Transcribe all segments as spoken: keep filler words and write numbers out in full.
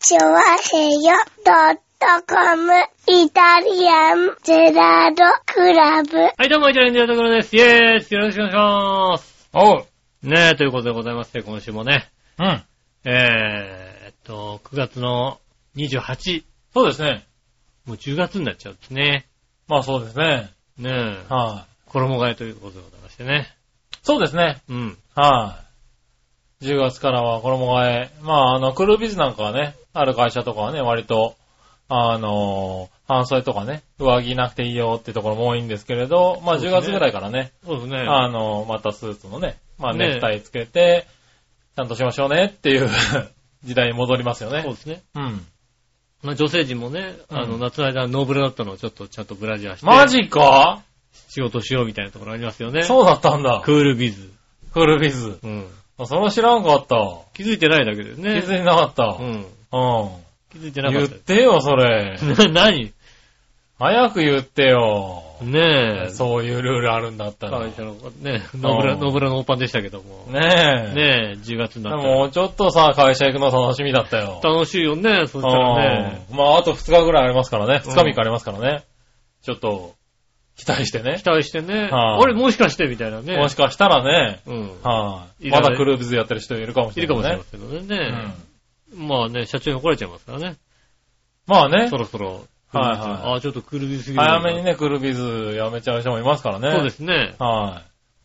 チョワヘヨドットコムイタリアンゼラードクラブ。 はい、どうも、イタリアンゼラードクラブです。イェーイ、よろしくお願いします。おう。ねえ、ということでございまして、今週もね。うん。えーっと、くがつのにじゅうはち。 そうですね。 もうじゅうがつになっちゃうんですね。 まあそうですね。 ねえ。 はい、 衣替えということでございましてね。 そうですね。うん。はい、じゅうがつからは衣替え。まああの、クルービズなんかはね、ある会社とかはね、割と、あのー、半袖とかね、上着なくていいよってところも多いんですけれど、まあじゅうがつぐらいからね、 そうですね。 あのー、またスーツのね、まあネクタイつけて、ちゃんとしましょうねっていう時代に戻りますよね。 そうですね。 うん。 まあ女性陣もね、あの、夏の間ノーブラだったのをちょっとちゃんとブラジャーして。 マジか？ 仕事しようみたいなところありますよね。 そうだったんだ。 クールビズ。 クールビズ。うん。それは知らんかった。 気づいてないだけですね。 気づいてなかった。うん。うん。 気づいてなかった。 言ってよ、それ。 何？ 早く言ってよ。 ねえ。 そういうルールあるんだったら。 会社の、ね、ノーブラ、ノーブラのオーパンでしたけども。 ねえ。 ねえ、じゅうがつになったら。 でも、ちょっとさ、会社行くの楽しみだったよ。 楽しいよね、そしたらね。 まあ、あとふつかぐらいありますからね。ふつかみっかありますからね。ちょっと、期待してね。 期待してね。あれ、もしかしてみたいなね。 もしかしたらね。 うん。 はい。まだクルーズやってる人いるかもしれない。 いるかもしれませんけどね。うん。まあね、社長に怒られちゃいますからね。 まあね。 そろそろ。 はいはい。 ああ、ちょっとクールビズすぎる。 早めにね、クールビズやめちゃう人もいますからね。 そうですね。 はい。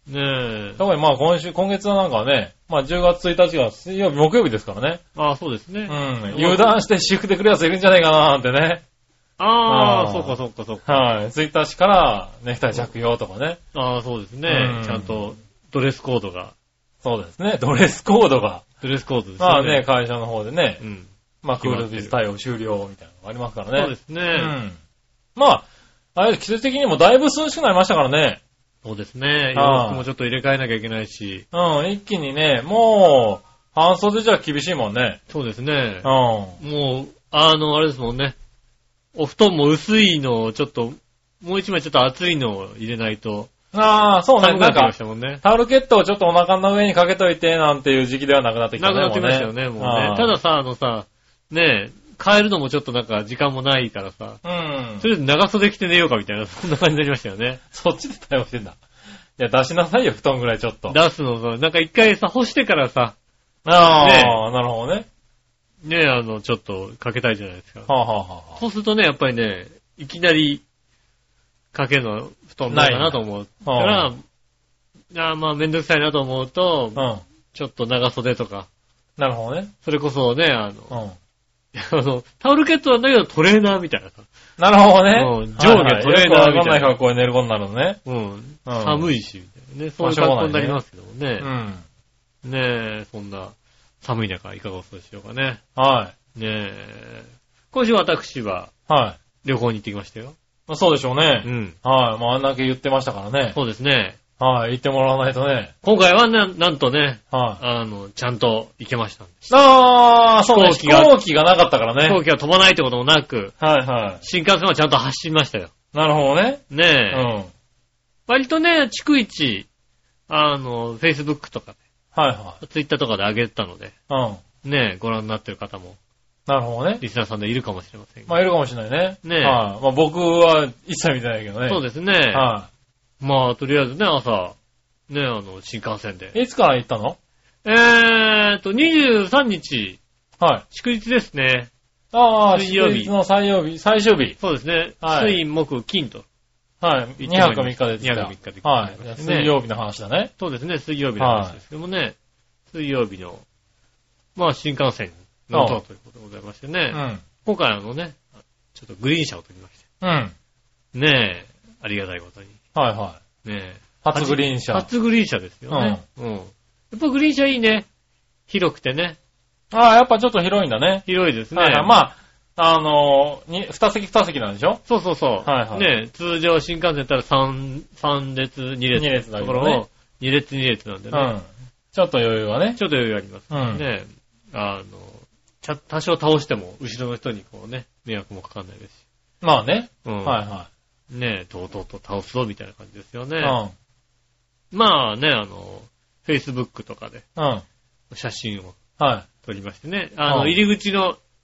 ねえ。 特にまあ今週、今月はなんかね、まあじゅうがつついたちが水曜日、木曜日ですからね。 ああ、そうですね。 うん。油断して私服で来るやついるんじゃないかなーってね。 ああ、そうかそうかそうか。 はい。ついたちからネクタイ着用とかね。 ああ、そうですね。ちゃんとドレスコードが。 そうですね。ドレスコードが。 ドレスコードですね。 まあね、会社の方でね。 うん。 まあクールビズ対応終了みたいなのがありますからね。 そうですね。うん。 まあ、あれ、季節的にもだいぶ涼しくなりましたからね。 そうですね。洋服もちょっと入れ替えなきゃいけないし。 うん、一気にね、もう、半袖じゃ厳しいもんね。 そうですね。 うん。 もう、あの、あれですもんね。お布団も薄いのをちょっと、もう一枚ちょっと厚いのを入れないと。 ああ、そうね。なんか、 ね、 タオルケットをちょっとお腹の上にかけといて、なんていう時期ではなくなってきたね。 なくなってきましたよね、もうね。たださ、あのさ、ねえ、変えるのもちょっとなんか時間もないからさ。うん。とりあえず長袖着て寝ようかみたいな、そんな感じになりましたよね。 そっちで対応してんだ。いや、出しなさいよ、布団ぐらいちょっと。 出すのさ、なんか一回さ、干してからさ。 ああ、ね、なるほどね。 ねえ、あの、ちょっとかけたいじゃないですか。 はあ、はあはあ、 そうするとね、やっぱりね、いきなりかけるの布団ないかなと思うから、ああまあめんどくさいなと思うと、うん、ちょっと長袖とか。 なるほどね。 それこそね、あの、うんあの、タオルケットなんだけどトレーナーみたいなさ。 なるほどね。 うん、上下トレーナーみたいな。 わかんない格好で寝ることになるのね。 うん。寒いし、みたいなね。そういう格好になりますけどもね。うん。ねえ、そんな寒い中いかがお過ごしでしょうかね。 はい。 ねえ。今週私は、 はい。 旅行に行ってきましたよ。 まあ、そうでしょうね。 うん。 はい。まあ、あんだけ言ってましたからね。 そうですね。 はい、行ってもらわないとね。 今回はな、なんとね、 はい、 あの、ちゃんと行けましたんです。 あー、そうね、飛行機がなかったからね。 飛行機が飛ばないってこともなく、 はいはい。 新幹線はちゃんと走りましたよ。 なるほどね。 ねえ。うん。割とね、逐一、あの、Facebook とかで、 はいはい。 Twitter とかで上げてたので、うん。ねえ、ご覧になってる方も。 なるほどね。 リスナーさんでいるかもしれませんが。 まあ、いるかもしれないね。 ねえ。 はい。まあ、僕は一切見てないけどね。 そうですね。はい。まあ、とりあえずね、朝、ねえ、あの、新幹線で。 いつから行ったの？ えーと、にじゅうさんにち。 はい。 祝日ですね。 ああ、水曜日。祝日の最曜日、最終日。 そうですね。はい。水、木、金と。 はい。にはくみっかで。 にはくみっかで。 はい。水曜日の話だね。 そうですね、水曜日の話ですけどもね。はい、水曜日の、まあ、新幹線乗ったということでございましてね。うん。今回あのね、ちょっとグリーン車を取りまして。うん。ねえ、ありがたいことに。 はいはい。 ねえ。 初グリーン車。 初グリーン車ですよね。うん。うん。やっぱグリーン車いいね。広くてね。 ああ、やっぱちょっと広いんだね。 広いですね。 はいはい、まあ、あのー、に、二席二席なんでしょ？ そうそうそう。 はいはい。 ね通常新幹線だったら三、三列、二列。 二列だけどね。 ところを二列二列なんでね。うん。 ちょっと余裕はね。 ちょっと余裕あります、ね。うん。ねあの、ちゃ、多少倒しても、後ろの人にこうね、迷惑もかかんないですし。 まあね。 うん。 はいはい。 ねえ、とうとうと倒すぞ、みたいな感じですよね。うん。まあね、あの、Facebook とかで、うん。写真を、はい。撮りましてね。あの、入り口の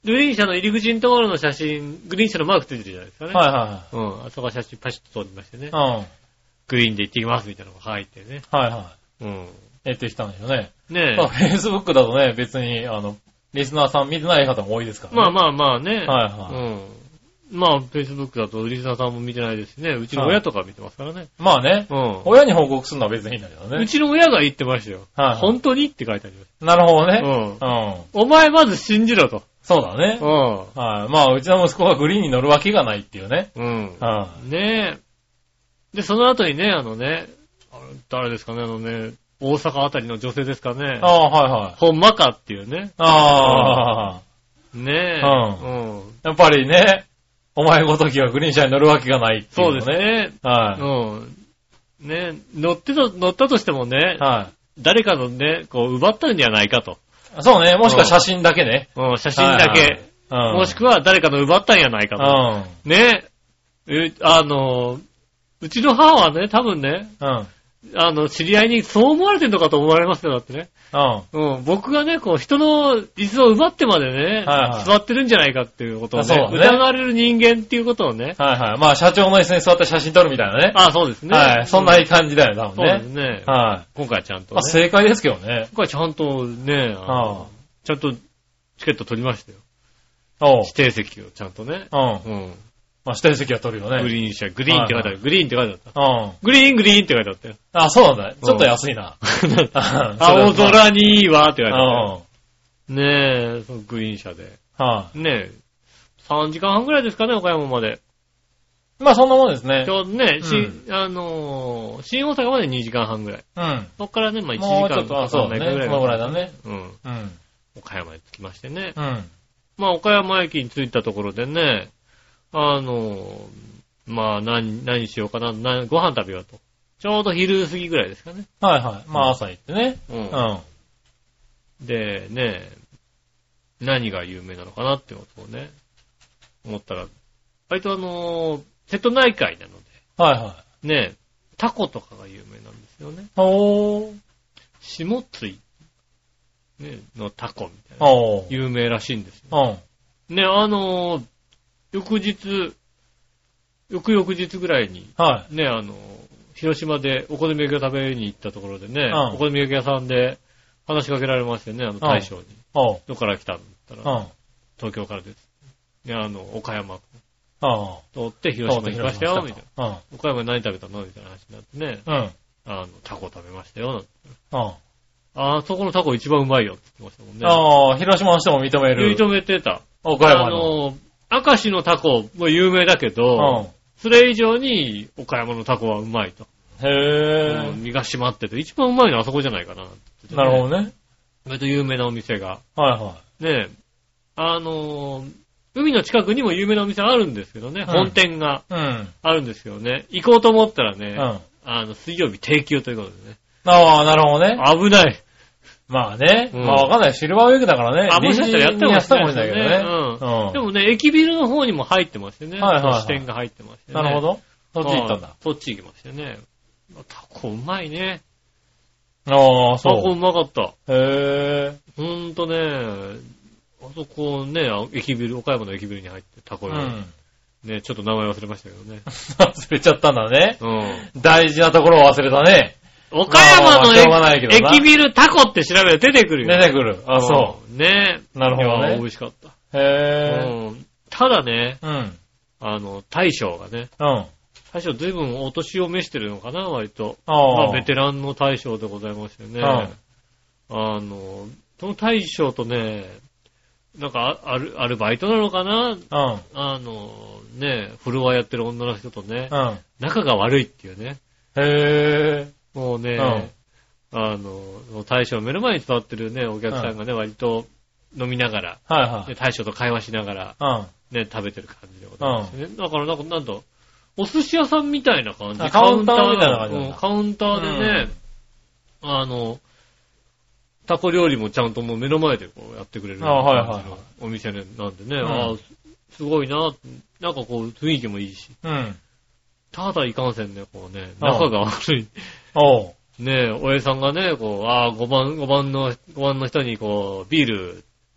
グリーン車の入り口のところの写真、グリーン車のマークついてるじゃないですかね。 はいはいはい。 うん。あそこは写真パシッと撮りましてね。 うん。 グリーンで行ってきますみたいなのが入ってね。 はいはい。 うん。 やってきたんでしょうね。 ねえ。 まあ、Facebook だとね、別に、あの、リスナーさん見てない方も多いですからね。 まあまあまあね。 はいはい。 うん。まあ、Facebook だとリスナーさんも見てないですしね。うちの親とか見てますからね。はい、 まあね。 うん。 親に報告するのは別にいいんだけどね。 うちの親が言ってましたよ。はい、はい。本当にって書いてあります。 なるほどね。 うん。うん。お前まず信じろと。 そうだね。うん。はい。まあ、うちの息子がグリーンに乗るわけがないっていうね。 うん。はい。ねえ。で、その後にね、あのね、あれ誰ですかね、あのね、大阪あたりの女性ですかね。 ああ、はいはい。 ほんまかっていうね。 ああ。 ねえ。 うん。うん。やっぱりね、お前ごときはグリーン車に乗るわけがないっていう、ね。そうですね。はい。うん。ね乗ってと、乗ったとしてもね。はい。誰かのね、こう、奪ったんじゃないかと。 そうね。もしくは写真だけね。 うん、うん、写真だけ。はいはい、うん。もしくは誰かの奪ったんじゃないかと。うん。ねえ、あの、うちの母はね、多分ね。うん。あの、知り合いにそう思われてるのかと思われますよ、だってね。うん。うん。僕がね、こう、人の椅子を奪ってまでね、はいはい、座ってるんじゃないかっていうことをね、そうね疑われる人間っていうことをね。 はいはい。まあ、社長の椅子に座って写真撮るみたいなね。 ああ、そうですね。 はい。そんな感じだよ、多分ね。 そうですね。はい。今回はちゃんと、ね。 まあ、正解ですけどね。 今回ちゃんとね、あちゃんとチケット取りましたよ。 おう。 指定席をちゃんとね。 うん。うん。まあ、指定席は取るよね。 グリーン車、グリーンって書いてある。はいはい、グリーンって書いてあった。 うん。 グリーン、グリーンって書いてあったよ。 あ、そうなんだ。ちょっと安いな。 青空にいいわって書いてあった。ねえ、そのグリーン車で。はい、あ。ねえ、さんじかんはんぐらいですかね、岡山まで。 まあ、そんなもんですね。 ちょうどね、うん、し、あのー、新大阪までにじかんはんぐらい。うん。そっからね、まあいちじかんかかんないぐらい。 そのぐらいだね。 うん。うん。岡山に着きましてね。うん。まあ、岡山駅に着いたところでね、あの、まあ、何、何しようかな、なご飯食べようと。ちょうど昼過ぎぐらいですかね。 はいはい。まあ、朝行ってね。うん。うん。 で、ね、何が有名なのかなってことをね、思ったら、割とあの、瀬戸内海なので。 はいはい。 ね、タコとかが有名なんですよね。 おー。 下津井、ね、のタコみたいな。おー。有名らしいんですよ。うん。ね、あのー、翌日、翌々日ぐらいに、はい。ね、あの、広島でお好み焼きを食べに行ったところでね、うん、お好み焼き屋さんで話しかけられましてね、あの大将に。うん、どこから来たんだったら、うん、東京からです。ね、あの、岡山。通って広島に来ましたよ、みたいな。うん、岡山何食べたのみたいな話になってね、うん、あの、タコ食べましたよ、なんて。うん、ああ、そこのタコ一番うまいよって言ってましたもんね。 ああ、広島の人も認める。 認めてた。 岡山の。あの、 明石のタコも有名だけど、うん、それ以上に岡山のタコはうまいと。 へぇー。 身が締まってて、一番うまいのはあそこじゃないかな、ね。 なるほどね。 割と有名なお店が。 はいはい。 ねえ。あのー、海の近くにも有名なお店あるんですけどね、うん、本店があるんですよね。行こうと思ったらね、うん、あの、水曜日定休ということでね。 ああ、なるほどね。 危ない。 まあね。うん、まあわかんない。シルバーウィークだからね。 あ、もしかしたらやってもしたかもしれないけどね。 うん。うん、でもね、駅ビルの方にも入ってましてね。はいはい、はい。支店が入ってましてね。 なるほど。そっち行ったんだ。 そっち行きましてね。タコうまいね。 ああ、そう。 タコうまかった。 へぇー。 ほんとね、あそこね、駅ビル、岡山の駅ビルに入ってタコよ。うん。ね、ちょっと名前忘れましたけどね。 忘れちゃったんだね。うん。大事なところを忘れたね。 岡山の駅ビルタコって調べると出てくるよ。 出てくる。あ、そう。 ね。 なるほどね。 美味しかった。 へぇー。うん。 ただね、うん。あの、大将がね、うん。大将随分お年を召してるのかな、割と。ああ。まあ、ベテランの大将でございましてね。うん。あの、その大将とね、なんか、ある、アルバイトなのかな、うん。あの、ね、フロアやってる女の人とね、うん。仲が悪いっていうね。 へぇー。 もうね、うん、あの、大将目の前に座ってるね、お客さんがね、うん、割と飲みながら、はいはい、大将と会話しながら、うん、ね、食べてる感じでございますね。うん、だからなんか、なんと、お寿司屋さんみたいな感じ。 カウンターみたいな感じ、 うん。カウンターでね、うん、あの、タコ料理もちゃんともう目の前でこうやってくれる感じのお店なんでね、あ、はいはい、あすごいな、なんかこう雰囲気もいいし。うん、ただいかんせんね、こうね、仲が悪い。おう。ねえ、おやさんがね、こう、ああ、ごばん、ごばんの、ごばんの人にこう、ビール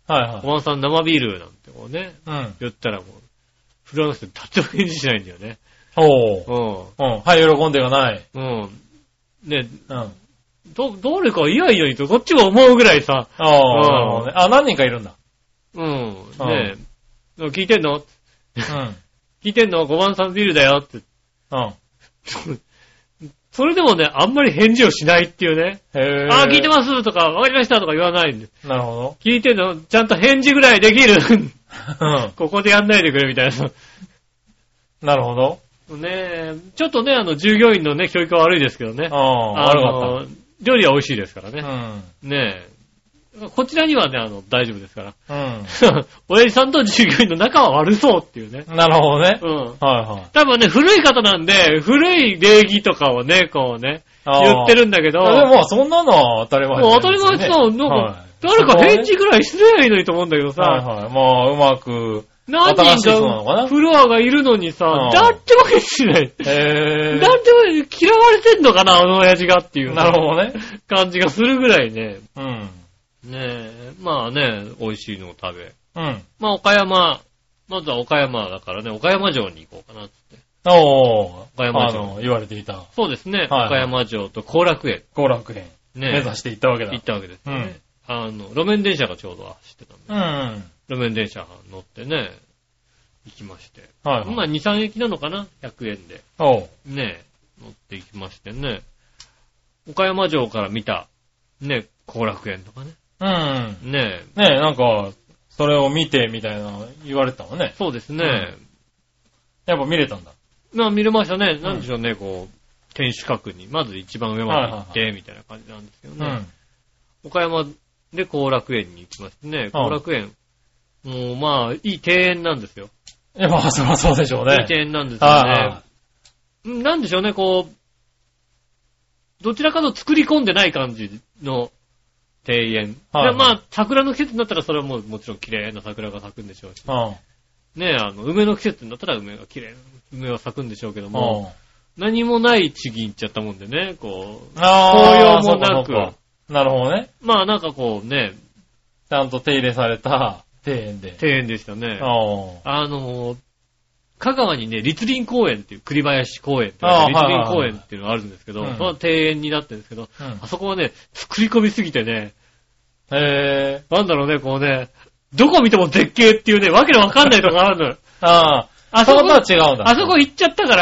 はいはい。 小松さん生ビールなんてこうね、 うん。 言ったらもう、フランスで立っても返事しないんだよね。 おう。うん。うん。はい、喜んでがない。 うん。ね、 うん。 ど、どれか嫌いよにとこっちも思うぐらいさ。 ああ、うん、なるほどね。あ、何人かいるんだ。 うん。ねえ。聞いてんのうん。聞いてんの ?ご 番さんビールだよって。 うん。 それでもね、あんまり返事をしないっていうね。 へぇー。 あ、聞いてますとか、わかりましたとか言わないんで。 なるほど。 聞いてんのちゃんと返事ぐらいできる。 うん。 ここでやんないでくれみたいな。 なるほど。 ねえ、ちょっとね、あの、従業員のね、教育は悪いですけどね。 ああ、悪かった。 料理は美味しいですからね。 うん。 ねえ。こちらにはね、あの、大丈夫ですから。 うん。 親父さんと従業員の仲は悪そうっていうね。 なるほどね。 うん。 はいはい。 多分ね、古い方なんで、古い礼儀とかをね、こうね、言ってるんだけど。 でも、そんなのは当たり前です、ね。 もう当たり前そう。なんか、はい、誰か返事ぐらいすればいいのにと思うんだけどさ。 はいはい。まあ、うまく。 何人かフロアがいるのにさ、だっても返事しない。 へぇー。 だっても嫌われてんのかな、あの親父がっていう。 なるほどね。 感じがするぐらいね。 うん。 ねえ、まあね、美味しいのを食べ。 うん。 まあ岡山、まずは岡山だからね、岡山城に行こうかなって。 おー。 岡山城。 あの、言われていた。 そうですね。 はい、 岡山城と後楽園。 後楽園。ね目指して行ったわけだ。 行ったわけですね。うん。あの、路面電車がちょうど走ってたんで。 うん。 路面電車乗ってね、行きまして。 はい、はい。 まあに、さん駅なのかな ?ひゃく 円で。 おう。 ね乗って行きましてね。岡山城から見た、ね、後楽園とかね。 うん。 ねえ。ねえ、なんか、それを見てみたいな言われてたもんね。 そうですね、うん。 やっぱ見れたんだ。 まあ見れましたね。うん、なんでしょうね、こう、天守閣に、まず一番上まで行って、みたいな感じなんですけどね。うん、岡山で後楽園に行きましてね。後楽園、もうまあ、いい庭園なんですよ。 いや、まあ、そりゃそうでしょうね。 いい庭園なんですよね。なんでしょうね、こう、どちらかと作り込んでない感じの庭園。はいはい、でまあ、桜の季節になったらそれはもうもちろん綺麗な桜が咲くんでしょうし。 うん、 ねえ、あの、梅の季節になったら梅が綺麗な梅は咲くんでしょうけども、うん、何もない地域に行っちゃったもんでね、こう、紅葉もなく。 なるほどね。 まあなんかこうね、 ちゃんと手入れされた庭園で。 庭園でしたね。あの、香川にね、栗林公園っていう、栗林公園っていう、栗林公園っていうのがあるんですけど、うん、その庭園になってるんですけど、うん、あそこはね、作り込みすぎてね、 へー。なんだろうね、こうね、どこ見ても絶景っていうね、わけのわかんないとこがあるのよ。 ああ。あそことは違うんだ。 あそこ行っちゃったから、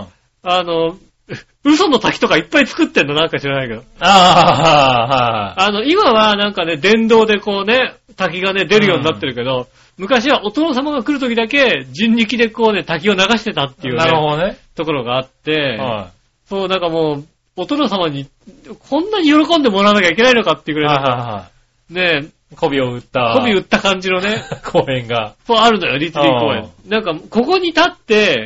うん、あの、嘘の滝とかいっぱい作ってんのなんか知らないけど。 ああ、はい。 あの、今はなんかね、電動でこうね、滝がね、出るようになってるけど、うん、昔はお殿様が来るときだけ人力でこうね、滝を流してたっていうね。 なるほどね。 ところがあって、 はい、 そう、なんかもう、お殿様に、こんなに喜んでもらわなきゃいけないのかっていうぐらい、はいはいはい、ねえ、媚びを打った。 媚び打った感じのね。 公園が。 そう、あるのよ、栗林公園。なんか、ここに立って、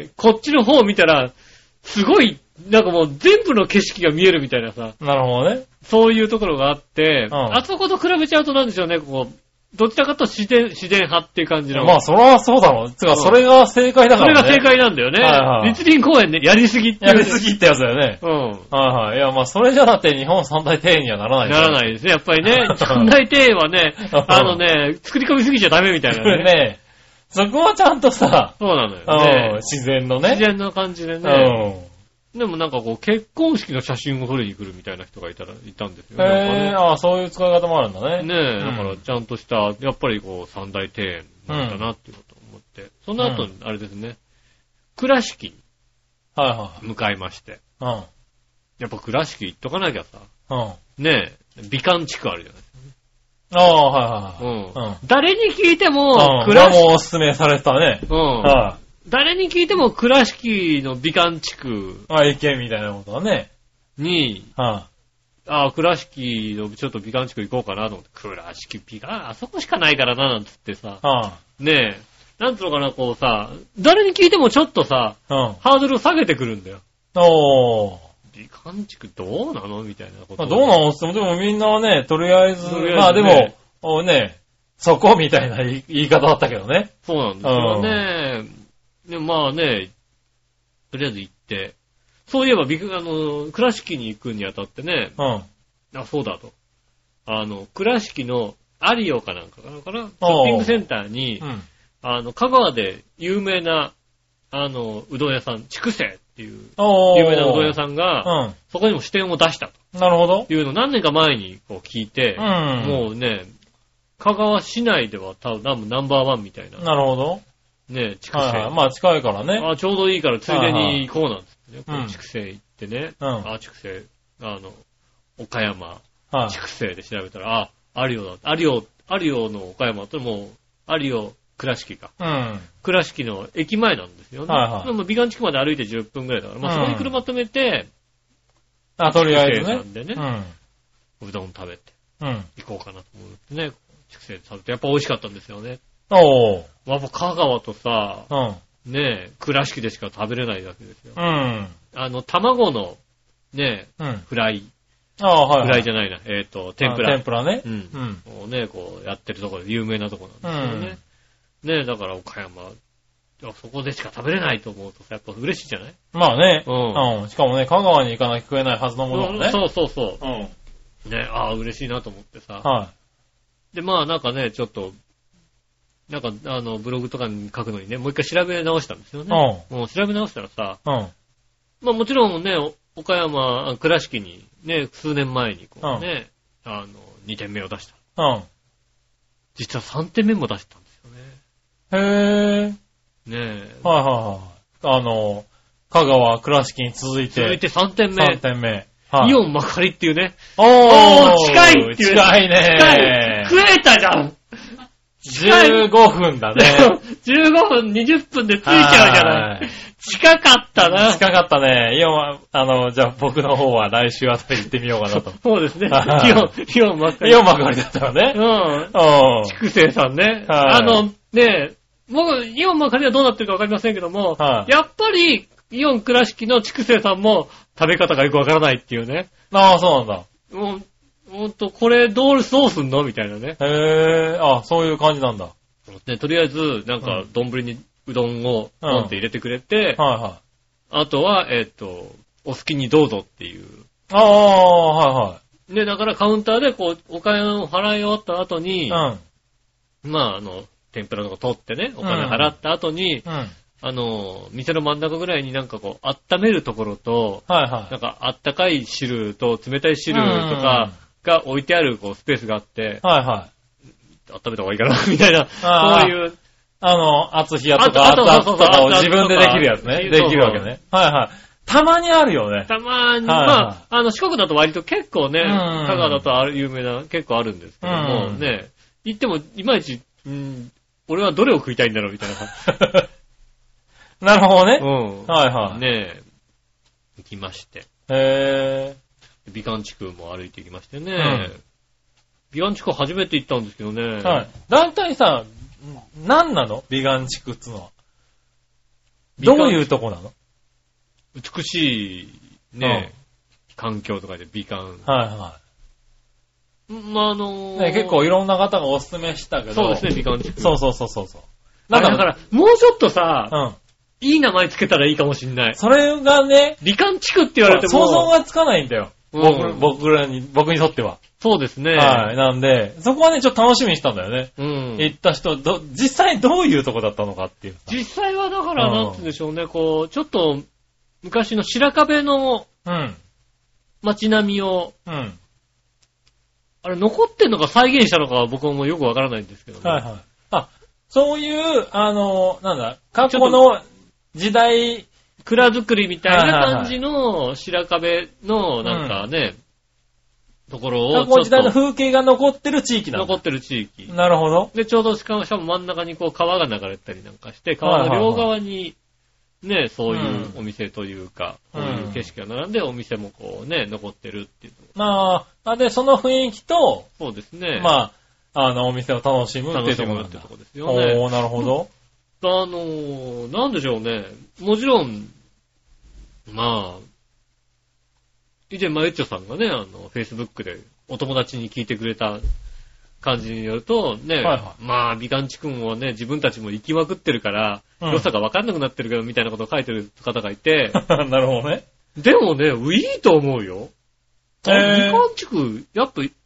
こっちの方を見たら、すごい、なんかもう全部の景色が見えるみたいなさ。 なるほどね。 そういうところがあって、 うん、 あそこと比べちゃうとなんでしょうね、こう、どちらかと自然、自然派っていう感じの。 まあ、それはそうだろう。つか、それが正解だからね。 それが正解なんだよね。 はいはい、 栗林公園ね、やりすぎっていう。 やりすぎってやつだよね。 うん。 はいはい。いや、まあ、それじゃだって日本三大庭園にはならないですならないですね。やっぱりね、三大庭園はね、あのね、作り込みすぎちゃダメみたいなね。 ねそこはちゃんとさ、 そうなのよね。 自然のね。 自然の感じでね。でもなんかこう、結婚式の写真を撮りに来るみたいな人がいたら、いたんですよね。 へぇー、ああ、そういう使い方もあるんだね。 ねえ、うん、だからちゃんとした、やっぱりこう、三大庭園なんだなっていうことを思って。うん、その後、あれですね、倉敷に、 はいはい。 向かいまして。 うん。 やっぱ倉敷行っとかなきゃさ。 うん。 ねえ、美観地区あるじゃないですか。 ああ、はいはいはい。 うん。うん、誰に聞いても、 倉敷。もおすすめされたね。 うん。はい。誰に聞いても倉敷の美観地区。 あ、意見みたいなことはね。 に、 はあ、あ倉敷のちょっと美観地区行こうかなと思って、倉敷美観、あそこしかないからな、なんつってさ。 はあ、 ねえ、なんつうのかな、こうさ、誰に聞いてもちょっとさ、 うん、 ハードルを下げてくるんだよ。 おー。 美観地区どうなのみたいなこと。 どうなのってでもみんなはね、とりあえず、あえずね、まあでも、おね、そこみたいな言い方だったけどね。 そうなんですよね。で、まあね、とりあえず行って、そういえば、ビク、あの、倉敷に行くにあたってね、 うん。 あ、そうだと。あの、倉敷のアリオかなんかかなかな、ショッピングセンターに、うん、あの、香川で有名な、あの、うどん屋さん、筑西っていう、有名なうどん屋さんが、うん、そこにも支店を出したと。 なるほど。 いうのを何年か前にこう聞いて、うん、もうね、香川市内では多分ナンバーワンみたいな。 なるほど。 ね、筑西、はいはい。 まあ近いからね。 あ、ちょうどいいからついでに行こうなんですね。筑西行ってね。うん、あ、筑西、あの、岡山、筑西で調べたら、あ、アリオだ。アリオ、アリオの岡山ってもう、アリオ倉敷か。うん。倉敷の駅前なんですよね。はいはい。でも美観地区まで歩いてじゅっぷんぐらいだから、まあそこに車止めて、 うん、あ、とりあえずね。 でね、うん。うどん食べて、うん。行こうかなと思ってね、筑西で食べて、やっぱ美味しかったんですよね。おー。やっぱ香川とさ、うん。ねえ、倉敷でしか食べれないわけですよ。うん。あの、卵の、ねえ、うん、フライ。ああ、はい、はい。フライじゃないな。えっ、ー、と、天ぷら。 天ぷらね。 うん。うん。こうね、こうやってるところで有名なところなんですよね。うん、ねえ、だから岡山、そこでしか食べれないと思うとやっぱ嬉しいじゃない？ まあね。うん。うん。しかもね、香川に行かなきゃ食えないはずのものをね。 そうそうそう。うん。ね、ああ、嬉しいなと思ってさ。はい。で、まあなんかね、ちょっと、なんか、あの、ブログとかに書くのにね、もう一回調べ直したんですよね。うん。もう調べ直したらさ、うん。まあもちろんね、岡山、倉敷にね、数年前にこうね、うん、あの、にてんめを出した。うん。実はさんてんめも出したんですよね。へー。ねえ。 はいはいはい。あの、香川、倉敷に続いて。 続いてさんてんめ。 さんてんめ。 はい、イオン幕張っていうね。 おー、 近いっていう。 近いね。 近い。増えたじゃん。 じゅうごふんだね。 じゅうごふん、にじゅっぷんで着いちゃうじゃない。近かったな。 近かったね。イオンは、あの、じゃあ僕の方は来週あたり行ってみようかなと。 そうですね。イオン、イオン幕張。 イオン幕張だったらね。うん。 うん。筑西さんね。あの、ねえ、僕、イオン幕張はどうなってるかわかりませんけども、はい、やっぱり、イオン倉敷の筑西さんも食べ方がよくわからないっていうね。 ああ、そうなんだ。 もう、ほんと、これどう、どうすんのみたいなね。 へえ、あ、そういう感じなんだ。 ね、とりあえず、なんか、丼にうどんをポンって入れてくれて、うん、はいはい。あとは、えっと、お好きにどうぞっていう。 ああ、はいはい。 で、だからカウンターで、こう、お金を払い終わった後に、うん、まあ、あの、天ぷらとか取ってね、お金払った後に、うんうん、あの、店の真ん中ぐらいになんかこう、温めるところと、はいはい、なんかあったかい汁と冷たい汁とかが置いてあるこうスペースがあって、はいはい、温めた方がいいかな、みたいな、そういう。 あの、厚冷やとか、熱々とかを自分でできるやつね。できるわけね。はいはい。たまにあるよね。 たまに、はいはい、まあ、あの、四国だと割と結構ね、香川だとある有名な、結構あるんですけども、ね、言ってもいまいち、うん、俺はどれを食いたいんだろうみたいな。なるほどね。 うん。はいはい。ねえ、行きまして。へぇー。美観地区も歩いて行きましてね。うん、美観地区初めて行ったんですけどね。はい。 だいたいさ、何なの美観地区っつうのは。どういうとこなの？ 美しい、ね、うん、環境とかで美観。はいはい。まあ、あのーね、結構いろんな方がおすすめしたけど。 そうですね、美観地区。 そうそうそうそう。 だから、だからもうちょっとさ、うん、いい名前つけたらいいかもしんない。 それがね、 美観地区って言われても。 想像がつかないんだよ。うん、僕、僕らに、僕にとっては。 そうですね。 はい。なんで、そこはね、ちょっと楽しみにしたんだよね。うん。行った人、ど、実際どういうとこだったのかっていう。 実際はだから、なんて言うんでしょうね、こう、ちょっと、昔の白壁の、うん。街並みを、うん。あれ、残ってんのか再現したのかは僕もよくわからないんですけどね。はいはい。 あ、そういう、あの、なんだ、過去の時代、 蔵造りみたいな感じの白壁の、なんかね、うん、ところをちょっと。 過去時代の風景が残ってる地域なんだ。 残ってる地域。 なるほど。 で、ちょうどしかも真ん中にこう川が流れたりなんかして、川の両側に、ね、そういうお店というか、うん、こういう景色が並んで、お店もこうね、残ってるっていう。 まあ、で、その雰囲気と、 そうですね。 まあ、あの、お店を楽しむっていうところってとこですよね。おー、なるほど。 あのー、なんでしょうね。もちろん、まあ、以前、まゆっちょさんがね、あの、Facebook でお友達に聞いてくれた感じによると、ね、はいはい、まあ、美観地区もね、自分たちも行きまくってるから、うん、良さが分かんなくなってるけど、みたいなことを書いてる方がいて。 なるほどね。 でもね、いいと思うよ。美観地区、やっぱ、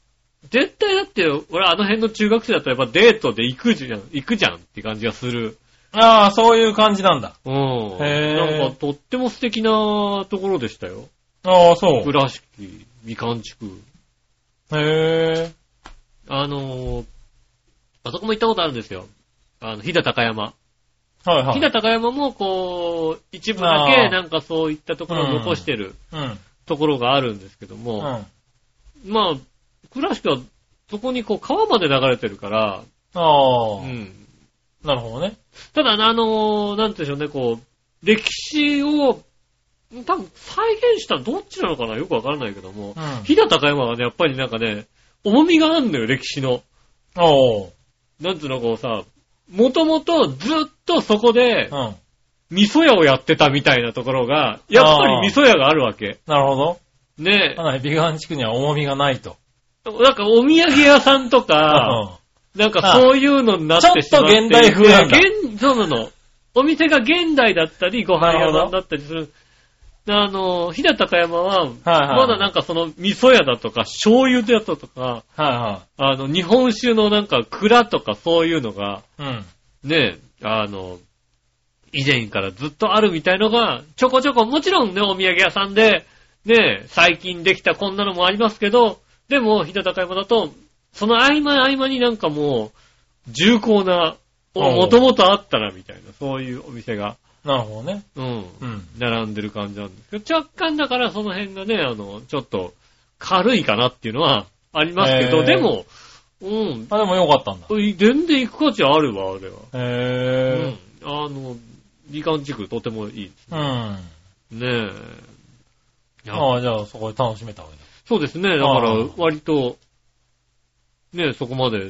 絶対だって、俺あの辺の中学生だったらやっぱデートで行くじゃん、行くじゃんって感じがする。 ああ、そういう感じなんだ。 うん。へぇなんかとっても素敵なところでしたよ。 ああ、そう。 倉敷、みかん地区。 へぇあのー、あそこも行ったことあるんですよ。あの、飛騨高山。 はいはい。 飛騨高山もこう、一部だけなんかそういったところを残してる、うん、ところがあるんですけども、うん、まあ、倉敷はそこにこう川まで流れてるから、 ああ。 うん。 なるほどね。 ただ、あのー、なんていうんでしょうね、こう、歴史を、多分再現したらどっちなのかなよくわからないけども、うん、飛騨高山はね、やっぱりなんかね、重みがあるのよ、歴史の。 おー。 なんつうの、こうさ、もともとずっとそこで、うん、味噌屋をやってたみたいなところが、やっぱり味噌屋があるわけ。 なるほど。 ねえ。 かなり美観地区には重みがないと。 なんかお土産屋さんとか、なんかそういうのになってしまって。 ちょっと現代風なんだ。 現、そうなの。お店が現代だったり、ご飯屋さんだったりする。あの、飛騨高山は、はいはい、まだなんかその味噌屋だとか、醤油だとか、はいはい、あの、日本酒のなんか蔵とかそういうのが、うん、ね、あの、以前からずっとあるみたいのが、ちょこちょこ、もちろんね、お土産屋さんで、ね、最近できたこんなのもありますけど、でも、飛騨高山だと、その合間合間になんかもう、重厚な、もともとあったな、みたいな、そういうお店が。 なるほどね。 うん。うん。並んでる感じなんですけど、若干だからその辺がね、あの、ちょっと、軽いかなっていうのはありますけど、でも、うん。 あ、でもよかったんだ。 全然行く価値あるわ、あれは。 へぇー。うん。あの、美観地区とてもいいですね。 うん。ねえ。ああ、じゃあそこで楽しめたわけだ。 そうですね。だから割と、ねえ、そこまで。 うん。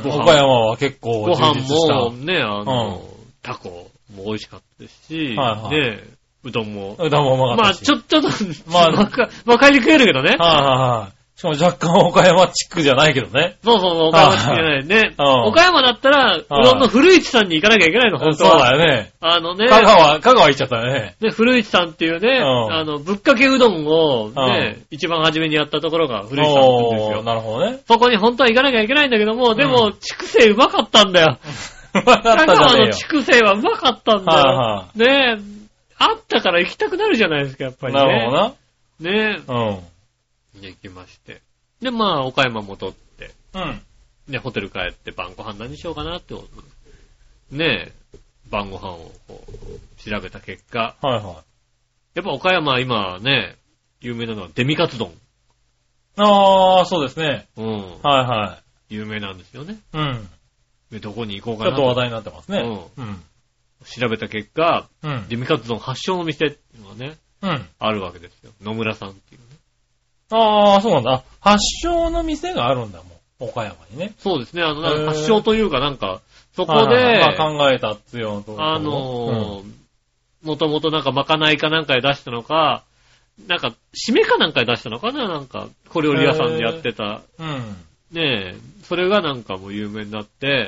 岡山は結構ご飯もね、あの、うん、タコも美味しかったですし、はいはい、ねえ、うどんも。 うどんもうまかったし。 まあ、ちょっと、まあ、まあ、まあ、帰り食えるけどね。 はいはいはい。しかも若干岡山地区じゃないけどね。 そうそうそう、岡山地区じゃないね。うん、岡山だったら、うどんの古市さんに行かなきゃいけないの、本当は。 そうだよね。 あのね。 香川、香川行っちゃったよね。 ね、古市さんっていうね、うん、あの、ぶっかけうどんをね、うん、一番初めにやったところが古市さんなんですよ。 なるほどね。 そこに本当は行かなきゃいけないんだけども、でも、筑西うまかったんだよ。 うまかったじゃねえよ。香川の筑西はうまかったんだよ。はあはあ、ねえ、あったから行きたくなるじゃないですか、やっぱりね。 なるほどな。 ねえ。うん。で、行きまして。で、まあ、岡山戻って、うん。で、ホテル帰って晩ご飯何しようかなって思う。ねえ、晩ご飯をこう、調べた結果。 はいはい。 やっぱ岡山今ね、有名なのはデミカツ丼。 ああ、そうですね。 うん。 はいはい。 有名なんですよね。 うん。 で、どこに行こうかな。 ちょっと話題になってますね。 うん。うん。調べた結果、うん。デミカツ丼発祥の店っていうのがね、うん。あるわけですよ。野村さんっていうね。 ああ、そうなんだ。発祥の店があるんだもん。岡山にね。 そうですね。あの、なんか発祥というかなんか、そこで、 まあ考えたっていうのと。 あのー、もともとなんかまかないかなんかで出したのか、なんか、締めかなんかで出したのかななんか、小料理屋さんでやってた。うん。ねえ、それがなんかもう有名になって、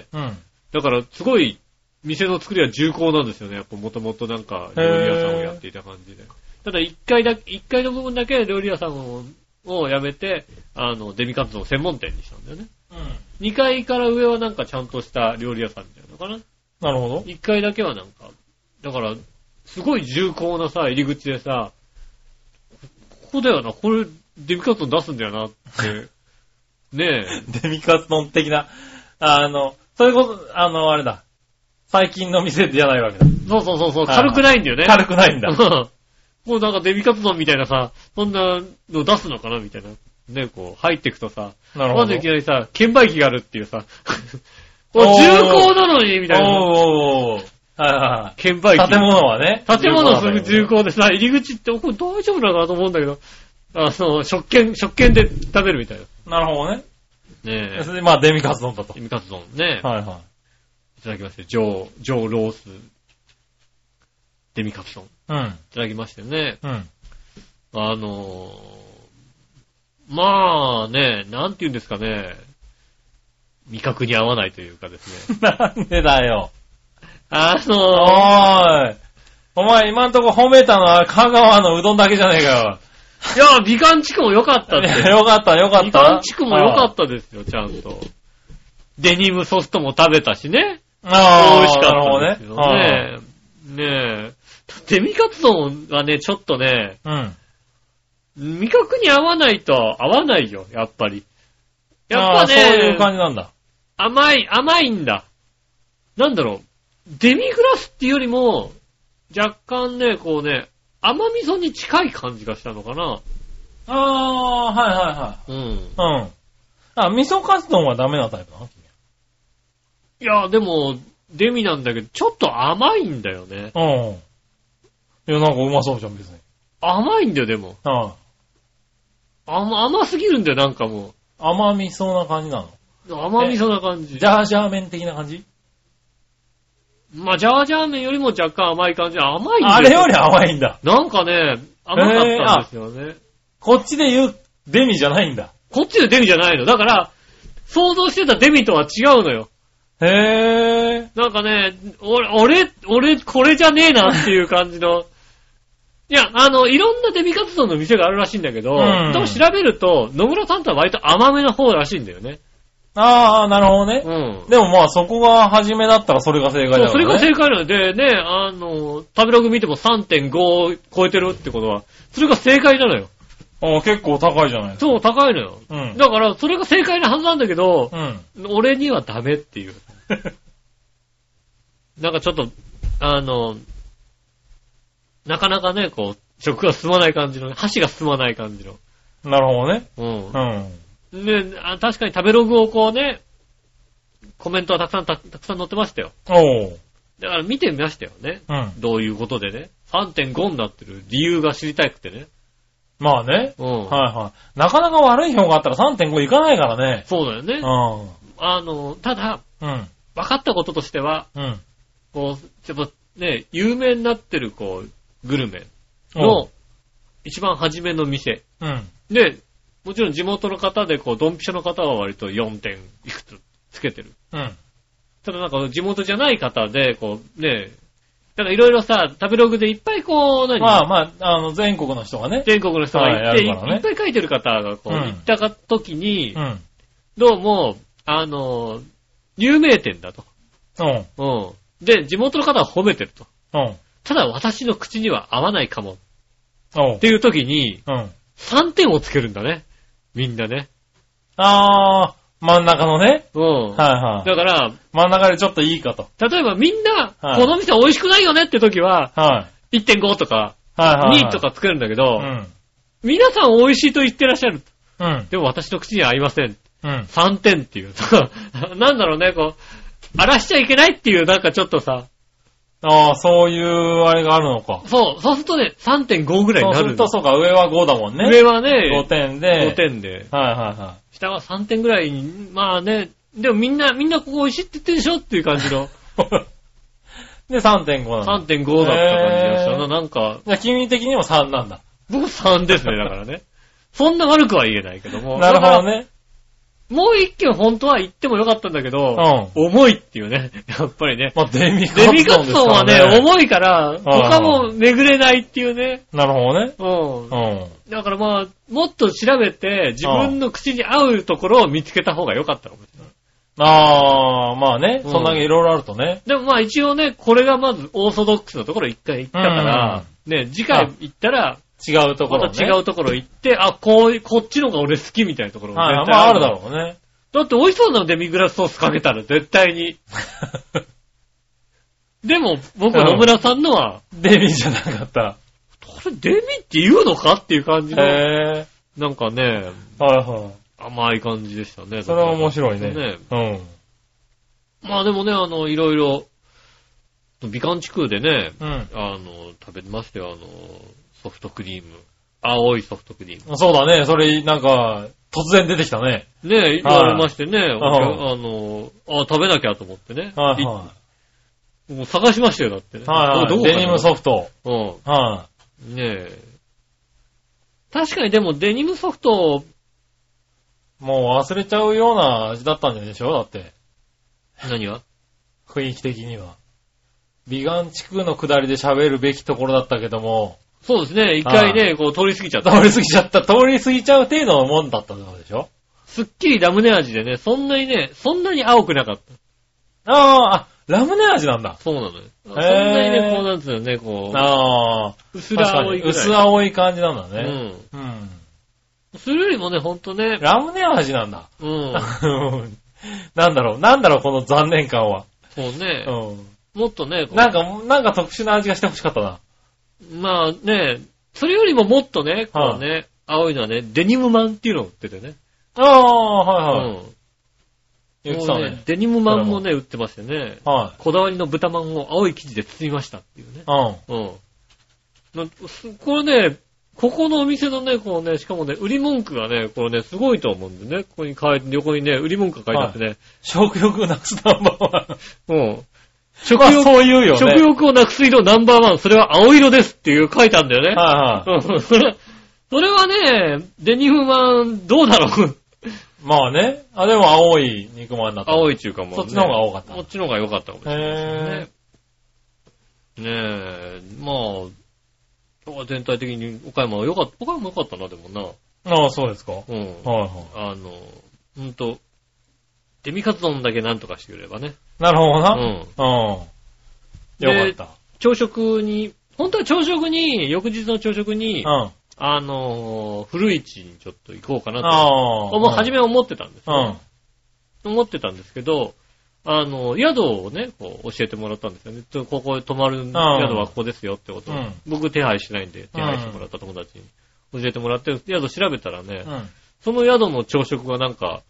うん。だから、すごい、店の作りは重厚なんですよね。やっぱもともとなんか、料理屋さんをやっていた感じで。ただ、一回だ、一回の部分だけ料理屋さんを、をやめて、あの、デミカツの専門店にしたんだよね。うん。二階から上はなんかちゃんとした料理屋さんみたいなのかな。 なるほど。 一階だけはなんか、だから、すごい重厚なさ、入り口でさ、ここだよな、これ、デミカツ丼出すんだよなって。ねえ。デミカツ丼的な、あの、そういうこと、あの、あれだ。最近の店じゃないわけだ。 そうそうそうそう、軽くないんだよね。 軽くないんだ。 もうなんかデミカツ丼みたいなさ、そんなの出すのかなみたいな。ね、こう、入っていくとさ、 なるほど。 まずいきなりさ、券売機があるっていうさ、重厚なのにみたいな。 おー。はいはい。 券売機。 建物はね。 建物すぐ重厚でさ、入り口って、これ大丈夫なのかなと思うんだけど、あの、食券、食券で食べるみたいな。なるほどね。 ねえ。 それでまあ、デミカツ丼だと。 デミカツ丼ね。 はいはい。 いただきまして、上、上ロース、デミカツ丼。 うん。いただきましてね。 うん。 あのー、まあね、なんて言うんですかね。味覚に合わないというかですね。 なんでだよ。 あのー、 おーい。お前今んとこ褒めたのは香川のうどんだけじゃねえかよ。 いや、美観地区も良かったって。 良かった、良かった。 美観地区も良かったですよ、ちゃんと。デニムソフトも食べたしね。 ああ、 美味しかったですよね。ねえ。デミカツ丼はね、ちょっとね、うん。味覚に合わないと合わないよ、やっぱり。やっぱね、 そういう感じなんだ。 甘い、甘いんだ。なんだろう。デミグラスっていうよりも、若干ね、こうね、甘味噌に近い感じがしたのかな。 ああ、はいはいはい。うん。うん。あ、味噌カツ丼はダメなタイプなの？ いや、でも、デミなんだけど、ちょっと甘いんだよね。 うん。いや、なんかうまそうじゃん、別に。 甘いんだよ、でも。ああ。甘、甘すぎるんだよ、なんかもう。 甘味噌な感じなの？甘味噌な感じ。 ジャージャー麺的な感じ？ まあ、ジャージャー麺よりも若干甘い感じ。甘いんだよ。 あれより甘いんだ。 なんかね、甘かったんですよね。えー、 こっちで言うデミじゃないんだ。 こっちでデミじゃないの。だから、想像してたデミとは違うのよ。 へぇー。 なんかね、俺、俺、俺、これじゃねえなっていう感じの。いや、あの、いろんなデミカツ丼の店があるらしいんだけど、うん、でも調べると、野村さんとは割と甘めの方らしいんだよね。 ああ、なるほどね。うん。でもまあそこが初めだったらそれが正解だよね。 そう、それが正解なので、ね、あの、食べログ見ても さんてんご を超えてるってことは、それが正解なのよ。 ああ、結構高いじゃないですか。 そう、高いのよ。うん。だから、それが正解なはずなんだけど、うん。俺にはダメっていう。なんかちょっと、あの、なかなかね、こう、食が進まない感じの、箸が進まない感じの。 なるほどね。 うん。うん。で、あ、確かに食べログをこうね、コメントはたくさんた、たくさん載ってましたよ。 おう。 だから見てみましたよね。うん。どういうことでね。さんてんご になってる理由が知りたくてね。 まあね。うん。はいはい。なかなか悪い評があったら さんてんご いかないからね。 そうだよね。うん。あの、ただ、うん。分かったこととしては、うん。こう、ちょっとね、有名になってるこう、グルメの一番初めの店。うん。で、もちろん地元の方でこう、ドンピシャの方は割とよんてんいくつつけてる。うん。ただなんか地元じゃない方で、こう、ね、なんかいろいろさ、食べログでいっぱいこう、何まあまあ、あの、全国の人がね。 全国の人が行って、ね、いっぱい書いてる方がこう、うん、行ったか時に、うん、どうも、あの、有名店だと。うん。うん。で、地元の方は褒めてると。うん。ただ私の口には合わないかも。うん。っていう時に、うん。さんてんをつけるんだね。みんなね。 あー。真ん中のね。 うん。はいはい。だから、 真ん中でちょっといいかと。 例えばみんな、はい、この店美味しくないよねって時は、はい。いってんご とか、はいはいはい、にとかつけるんだけど、うん。皆さん美味しいと言ってらっしゃる。うん。でも私の口には合いません。うん。さんてんっていう。なんだろうね、こう、荒らしちゃいけないっていう、なんかちょっとさ。 ああ、そういうあれがあるのか。 そう、そうするとね、さんてんご ぐらいになる。 そうするとそうか、上はごだもんね。 上はね、 ごてんで。 ごてんで。 はいはいはい。 下はさんてんぐらいに、まあね、でもみんな、みんなここ美味しいって言ってるでしょっていう感じの。 で、さんてんご なんだ。 さんてんご だった感じがしたな、なんか。 じゃあ君的にもさんなんだ。 僕さんですね、だからね。そんな悪くは言えないけども。 なるほどね。 もう一軒本当は行ってもよかったんだけど、うん、重いっていうね。やっぱりね。 まあ、デミカツ丼ですからね。 デミカツ丼はね、重いから、他も巡れないっていうね。 なるほどね。 うん。うん。だからまあ、もっと調べて、自分の口に合うところを見つけた方が良かったかもしれない。 ああ、まあね。うん、そんだけいろいろあるとね。 でもまあ一応ね、これがまずオーソドックスのところ一回行ったから、うん、ね、次回行ったら、 違うところ、ね。 また違うところ行って、あ、こう、こっちのが俺好きみたいなところが絶対ある。まああるだろうね。 だって美味しそうなデミグラスソースかけたら絶対に。でも、僕は野村さんのは、 うん、デミじゃなかった。 これデミって言うのかっていう感じの。へー。なんかね、 はいはい。 甘い感じでしたね。 それは面白いね。ね。うん。 まあでもね、あの、いろいろ、美観地区でね、うん、あの、食べましたよ、あの、ソフトクリーム。青いソフトクリーム。 そうだね、それ、なんか、突然出てきたね。 ねえ、言われましてね、はい、あの、あ、食べなきゃと思ってね。はいはい。もう探しましたよ、だってね。 はいはい。デニムソフト。うん。 はい。ねえ。確かにでもデニムソフト、 もう忘れちゃうような味だったんでしょだって。 何が？ 雰囲気的には。美顔地区の下りで喋るべきところだったけども。 そうですね。一回ね、こう通り過ぎちゃった。 通り過ぎちゃった。通り過ぎちゃう程度のもんだったのでしょ？ すっきりラムネ味でね、そんなにね、そんなに青くなかった。 ああ、あ、ラムネ味なんだ。 そうなのよ。そんなにね、こうなんつうのね、こう。 ああ。 薄青いぐらい。 薄青い感じなんだね。 うん。うん。それよりもね、ほんとね。 ラムネ味なんだ。 うん。 なんだろう、なんだろう、この残念感は。 そうね。うん。もっとね、 なんか、なんか特殊な味がしてほしかったな。 まあね、それよりももっとね、こうね、はい、青いのはね、デニムマンっていうのを売っててね。 ああ、はいはい。うん。 言ってたね。デニムマンもね、売ってましてね。はい。こだわりの豚まんを青い生地で包みましたっていうね。うん。うん。これね、ここのお店のね、こうね、しかもね、売り文句がね、これね、すごいと思うんでね、ここに書いて、横にね、売り文句が書いてあってね。はい、 食欲なくすナンバーワン。 うん。食欲、まあ、そう言うよね。食欲をなくす色ナンバーワン、それは青色ですっていう書いてあるんだよね。はいはい。それ、それはね、デニムマン、どうだろう。まあね。あ、でも青い肉まんだった。 青い中華も、ね。 そっちの方が多かった。 そっちの方が良かったかもしれないですね。ねえ、まあ、今日は全体的に岡山は良かった。岡山良かったな、でもな。 ああ、そうですか。 うん。はいはい。あの、ほんと、デミカツ丼だけなんとかしてくれればね。 なるほどな。 うん。うん。 よかった。 朝食に、本当は朝食に、翌日の朝食に、うん。あのー、古市にちょっと行こうかなと。ああ。もう初めは思ってたんですよ。うん。思ってたんですけど、あの、宿をね、こう教えてもらったんですよね。ここで泊まる宿はここですよってことを、うん、僕手配しないんで、手配してもらった友達に教えてもらって、宿調べたらね、うん、その宿の朝食がなんか、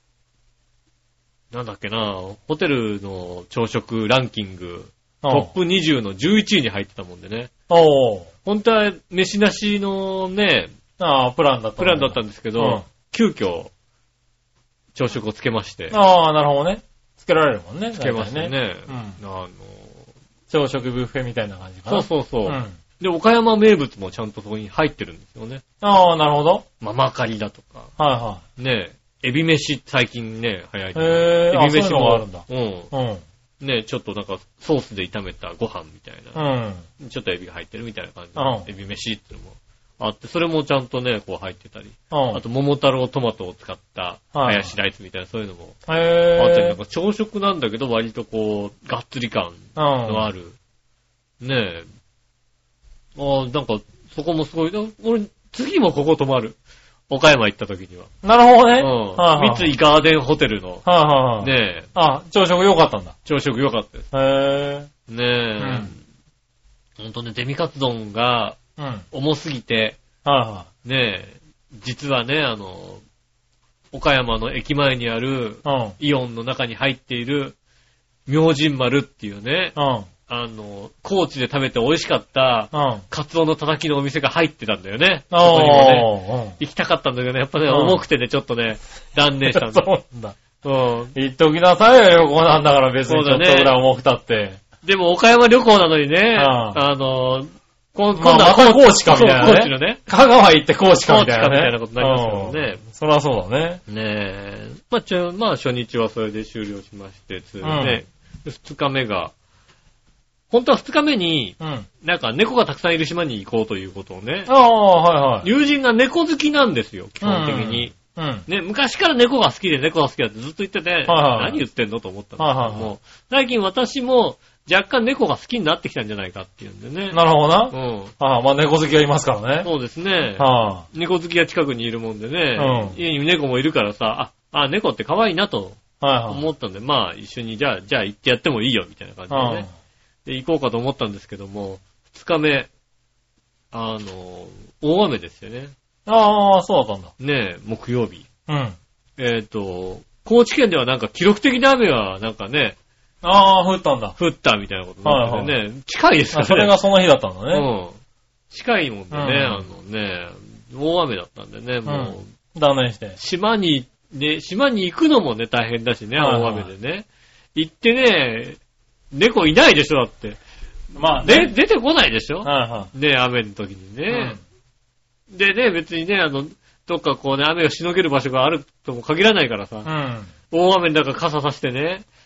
なんだっけな、ホテルの朝食ランキング、トップにじゅうのじゅういちいに入ってたもんでね。お本当は飯なしのね、 あプランだった。 プランだったんですけど、うん、急遽、朝食をつけまして。 ああ、なるほどね。つけられるもんね。 つけましたね。ねうん、 あの、朝食ビュッフェみたいな感じかな。そうそうそう。うん、で、岡山名物もちゃんとそこに入ってるんですよね。 ああ、なるほど。 ママカリだとか。 はいはい。 ねえ、エビ飯最近ね、流行り。 へえ、エビ飯もあるんだ。 うん。うん。ねえ、ちょっとなんかソースで炒めたご飯みたいな。うん。ちょっとエビが入ってるみたいな感じで。うん。エビ飯っていうのもあって、それもちゃんとね、こう入ってたり。うん。あと、桃太郎トマトを使った、ハヤシライスみたいな、そういうのも。へー。あったり、なんか朝食なんだけど、割とこう、がっつり感のある。うん、ねえ。ああ、なんか、そこもすごい。俺、次もここ泊まる。岡山行った時には。 なるほどね。 うん。はあはあ、三井ガーデンホテルの。 はあはあ、 ねえ。 あ、朝食良かったんだ。 朝食良かったです。 へー。 ねえ。うん、ほんとね、デミカツ丼が、うん、重すぎて、 はいはい、 ねえ、実はね、あの、岡山の駅前にある、うん、イオンの中に入っている、明神丸っていうね、うん、あの、高知で食べて美味しかった、うん、カツオのたたきのお店が入ってたんだよね。そこにもね、うん、行きたかったんだけどね、やっぱね、うん、重くてね、ちょっとね、断念したんだ。 そうなんだ。うん。行っときなさいよ、旅行なんだから別にちょっとぐらい重くたって。 でも岡山旅行なのにね、うん、あの、今度は、 まあ、また高知かみたいなね。 高知のね。 香川行って高知かみたいなね。高知かみたいなことになりますけどね。 そりゃそうだね。 ねえ。まあ、ちょ、まあ、初日はそれで終了しまして、つね、うん、二日目が、本当は二日目に、うん、なんか猫がたくさんいる島に行こうということをね。 ああ、はいはい。 友人が猫好きなんですよ、基本的に。うんうん、ね、昔から猫が好きで猫が好きだってずっと言ってて、はいはい、何言ってんのと思ったんですけども、はいはいはい、最近私も若干猫が好きになってきたんじゃないかっていうんでね。 なるほどな。うん。ああ、まあ猫好きがいますからね。 そうですね。はあ、猫好きが近くにいるもんでね、うん、家に猫もいるからさ、あ、あ、猫って可愛いなと思ったんで、はいはい、まあ一緒にじゃあ、じゃあ行ってやってもいいよみたいな感じでね。はあ、で行こうかと思ったんですけども、二日目、あの、大雨ですよね。 ああ、そうだったんだ。 ねえ、木曜日。 うん。 えっと、高知県ではなんか記録的な雨がなんかね、 ああ、降ったんだ。 降ったみたいなことになってね、はいはい、近いですからね。 それがその日だったんだね。 うん。近いもんでね、うん、あのね、大雨だったんでね、もう。 うん、断念して。 島に、ね、島に行くのもね、大変だしね、はいはい、大雨でね。行ってね、猫いないでしょ、だって。 まあね。 で、出てこないでしょ、 はいはい、 ね、雨の時にね、うん。でね、別にね、あの、どっかこうね、雨をしのげる場所があるとも限らないからさ、うん、大雨の中傘さしてね、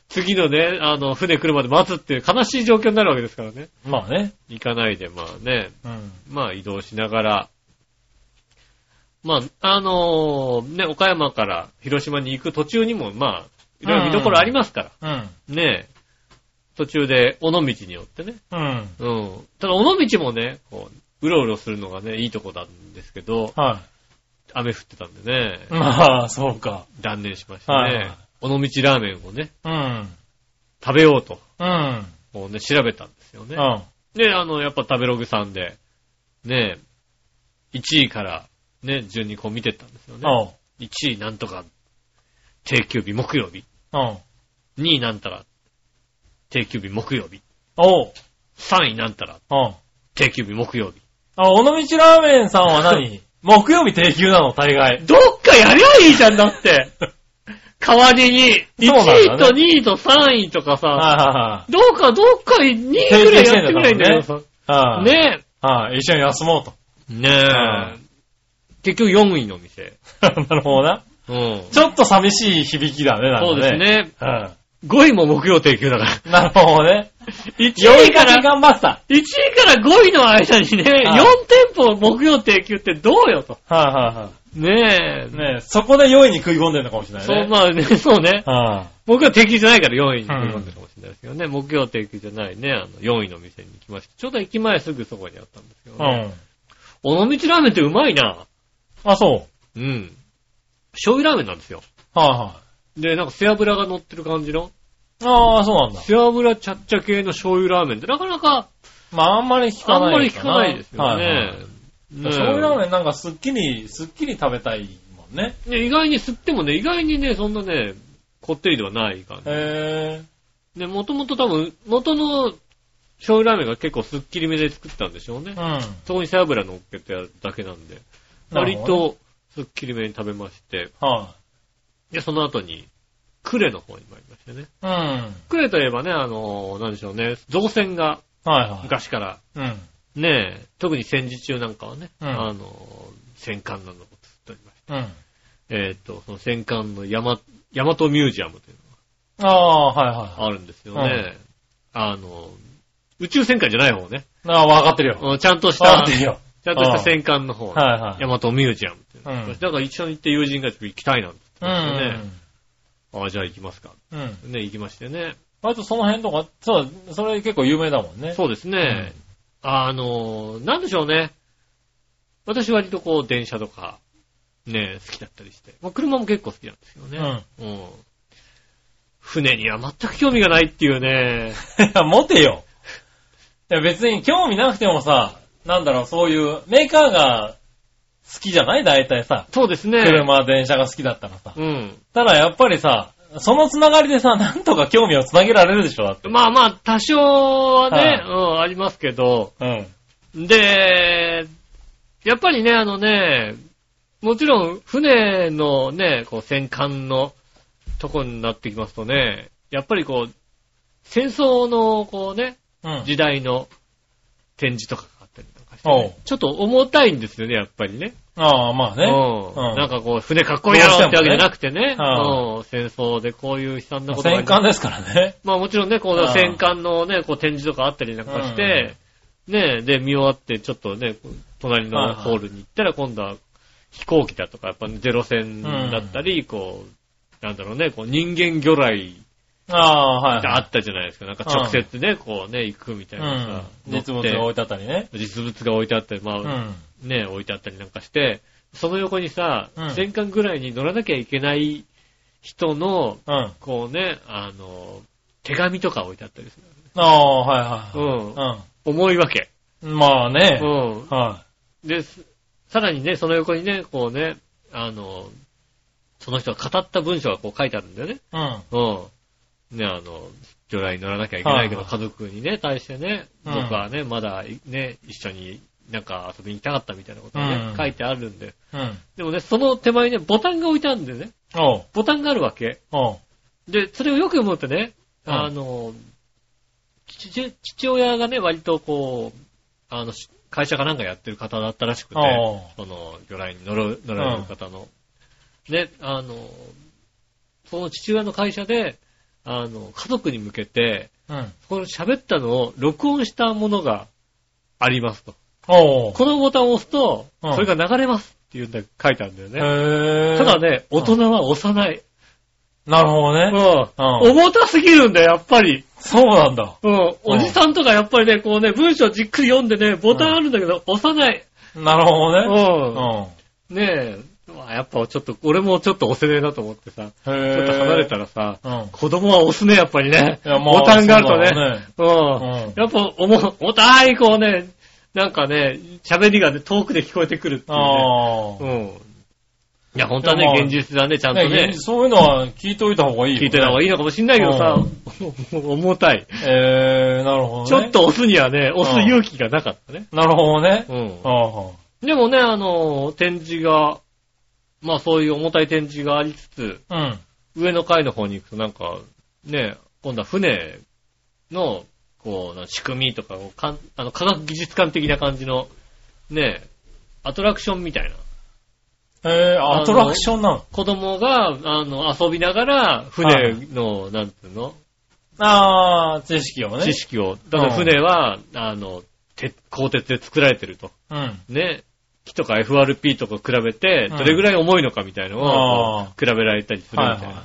次のね、あの、船来るまで待つっていう悲しい状況になるわけですからね。 まあね。 行かないで、まあね。 うん。 まあ移動しながら、まあ、あのー、ね、岡山から広島に行く途中にも、まあ、いろいろ見どころありますから。うん。ねえ。途中で、尾道によってね。うん。うん。ただ、尾道もね、こう、うろうろするのがね、いいとこなんですけど、はい。雨降ってたんでね。 まあ、そうか。 断念しましたね。はい。尾道ラーメンをね。 うん。 食べようと。 うん。 こうね、調べたんですよね。うん。で、あの、やっぱ食べログさんで、ね、いちいから、ね、順にこう見てったんですよね。うん。いちいなんとか、定休日木曜日。うん。にいなんたら、定休日木曜日。 おう。 さんいなんたら、うん。定休日木曜日。 あ、尾道ラーメンさんは何木曜日定休なの大概。 どっかやりゃいいじゃんだって。代わりに、いちいとにいとさんいとかさ、はいはいはい、どうかどっかにいくらいやってくれんだよ、ね。はい、ねえ。はい、一緒に休もうと。 ねえ。結局よんいの店。 なるほどな。うん。ちょっと寂しい響きだね、なんかね。 そうですね。はい、ごいも木曜定休だから。なるほどね。 いちいから、 頑張った。 いちいからごいの間にね、はい、よん店舗木曜定休ってどうよと。 はいはいはい。 ねえ。 ねえ、そこでよいに食い込んでるのかもしれないね。 そう、まあね、そうね。はあ、僕は定休じゃないからよんいに食い込んでるかもしれないですけどね。うん、木曜定休じゃないね、あの、よんいの店に行きました。ちょうど駅前すぐそこにあったんですけどね。うん。尾道ラーメンってうまいな。 あ、そう。 うん。醤油ラーメンなんですよ。 はいはい。 で、なんか背脂が乗ってる感じの。 ああ、そうなんだ。 背脂ちゃっちゃ系の醤油ラーメンってなかなか、 まああんまり聞かない。 あんまり聞かないですよね。はいはい、 ね、醤油ラーメンなんかすっきり、すっきり食べたいもんね。 ね、意外に吸ってもね、意外にね、そんなね、こってりではない感じ。 へー。で、もともと多分、元の醤油ラーメンが結構すっきりめで作ったんでしょうね。うん。そこに背脂乗っけてやるだけなんで。割とすっきりめに食べまして。はい。で、その後に、クレの方に参りましてね。うん。クレといえばね、あのー、なんでしょうね、造船が、はいはい。昔から、うん。ねえ、特に戦時中なんかはね、うん、あのー、戦艦などを作っておりまして。うん。えっと、その戦艦のヤマ、ヤマトミュージアムというのが。ああー、はいはい。 あるんですよね。うん、あの、宇宙戦艦じゃない方ね。 ああ、わかってるよ。 ちゃんとした、 わかってるよ。 ちゃんとした戦艦の方、 はいはい。 ヤマトミュージアムっていうの、うん。だから一緒に行って友人が行きたいなんて言ってましたね。うん、ああ、じゃあ行きますか。うん。ね、行きましてね。 あとその辺とか、そう、それ結構有名だもんね。 そうですね。うん、あの、なんでしょうね。私割とこう電車とか、ね、好きだったりして。まあ、車も結構好きなんですよね。うん。うん。船には全く興味がないっていうね。 いや、持てよ。いや、別に興味なくてもさ、なんだろう、そういうメーカーが好きじゃない大体さ。 そうですね。 車、電車が好きだったらさ。 うん。 ただやっぱりさ、そのつながりでさ、なんとか興味をつなげられるでしょ、だって。 まあまあ、多少はね、はい、うん、ありますけど。うん。で、やっぱりね、あのね、もちろん、船のね、こう、戦艦のとこになってきますとね、やっぱりこう、戦争の、こうね、うん、時代の展示とかがあったりとかして、ね、ちょっと重たいんですよね、やっぱりね。 ああ、まあね。 うん。なんかこう、船かっこいいやろってわけじゃなくてね。うん。戦争でこういう悲惨なことが。 戦艦ですからね。 まあもちろんね、こう、戦艦のね、こう展示とかあったりなんかして、ね、で、見終わってちょっとね、隣のホールに行ったら今度は飛行機だとか、やっぱゼロ戦だったり、こう、なんだろうね、こう人間魚雷。 ああ、はい。 あったじゃないですか。なんか直接ね、こうね、行くみたいなさ。 実物が置いてあったりね。 実物が置いてあったり、まあ、ね、置いてあったりなんかして、その横にさ、うん、戦艦ぐらいに乗らなきゃいけない人の、うん、こうね、あの、手紙とか置いてあったりする。 ああ、はいはい。 うん。うん。重いわけ。 まあね。 うん。はい。で、さらにね、その横にね、こうね、あの、その人が語った文章がこう書いてあるんだよね。うん。うん。ね、あの、魚雷に乗らなきゃいけないけど、はいはい、家族にね、対してね、うん、僕はね、まだね、一緒に、なんか遊びに行きたかったみたいなことがね、うん、書いてあるんで、うん。でもね、その手前にね、ボタンが置いてあるんだよね。 おうボタンがあるわけ。 おうで、それをよく読むとね、うん、あの、父、父親がね、割とこう、あの、会社かなんかやってる方だったらしくて、その、魚雷に乗る、乗られる方の。うん、ね、あの、その父親の会社で、 あの、家族に向けて、 うん、 この喋ったのを録音したものがありますと。 おこのボタンを押すと、 うん、 それが流れますっていうんだ書いてあるんだよね。 へー。 ただね、大人は押さない。 なるほどね。 うん。重たすぎるんだよ、やっぱり。 そうなんだ。 うん。おじさんとかやっぱりね、こうね、文章じっくり読んでね、ボタンあるんだけど、押さない。 なるほどね。 うん。ねえ。やっぱちょっと、俺もちょっと押せねえなと思ってさ、ちょっと離れたらさ、うん、子供は押すね、やっぱりね。いやまあ、ボタンがあるとね。ねうん、うん。やっぱ、重、重たい、こうね、なんかね、喋りがね、遠くで聞こえてくるっていうね。うん。いや、本当はね、まあ、現実だね、ちゃんとね。ねそういうのは聞いといた方がいいよ、ね。 聞いといた方がいいのかもしんないけどさ、重たい。 えー、なるほどね。 ちょっと押すにはね、押す勇気がなかったね。 なるほどね。 うん。あでもね、あの、展示が、まあそういう重たい展示がありつつ、 うん、 上の階の方に行くとなんか、ね、今度は船の、こう、仕組みとかをかん、あの、科学技術館的な感じの、ね、アトラクションみたいな。 えー、アトラクションなの？ 子供が、あの、遊びながら、船の、はい、なんていうの？ あー、知識をね。 知識を。だから船は、うん、あの、鉄、鋼鉄で作られてると。 うん。 ね。木とか エフアールピー とか比べて、どれぐらい重いのかみたいなのを、比べられたりするみたいな。はいはい、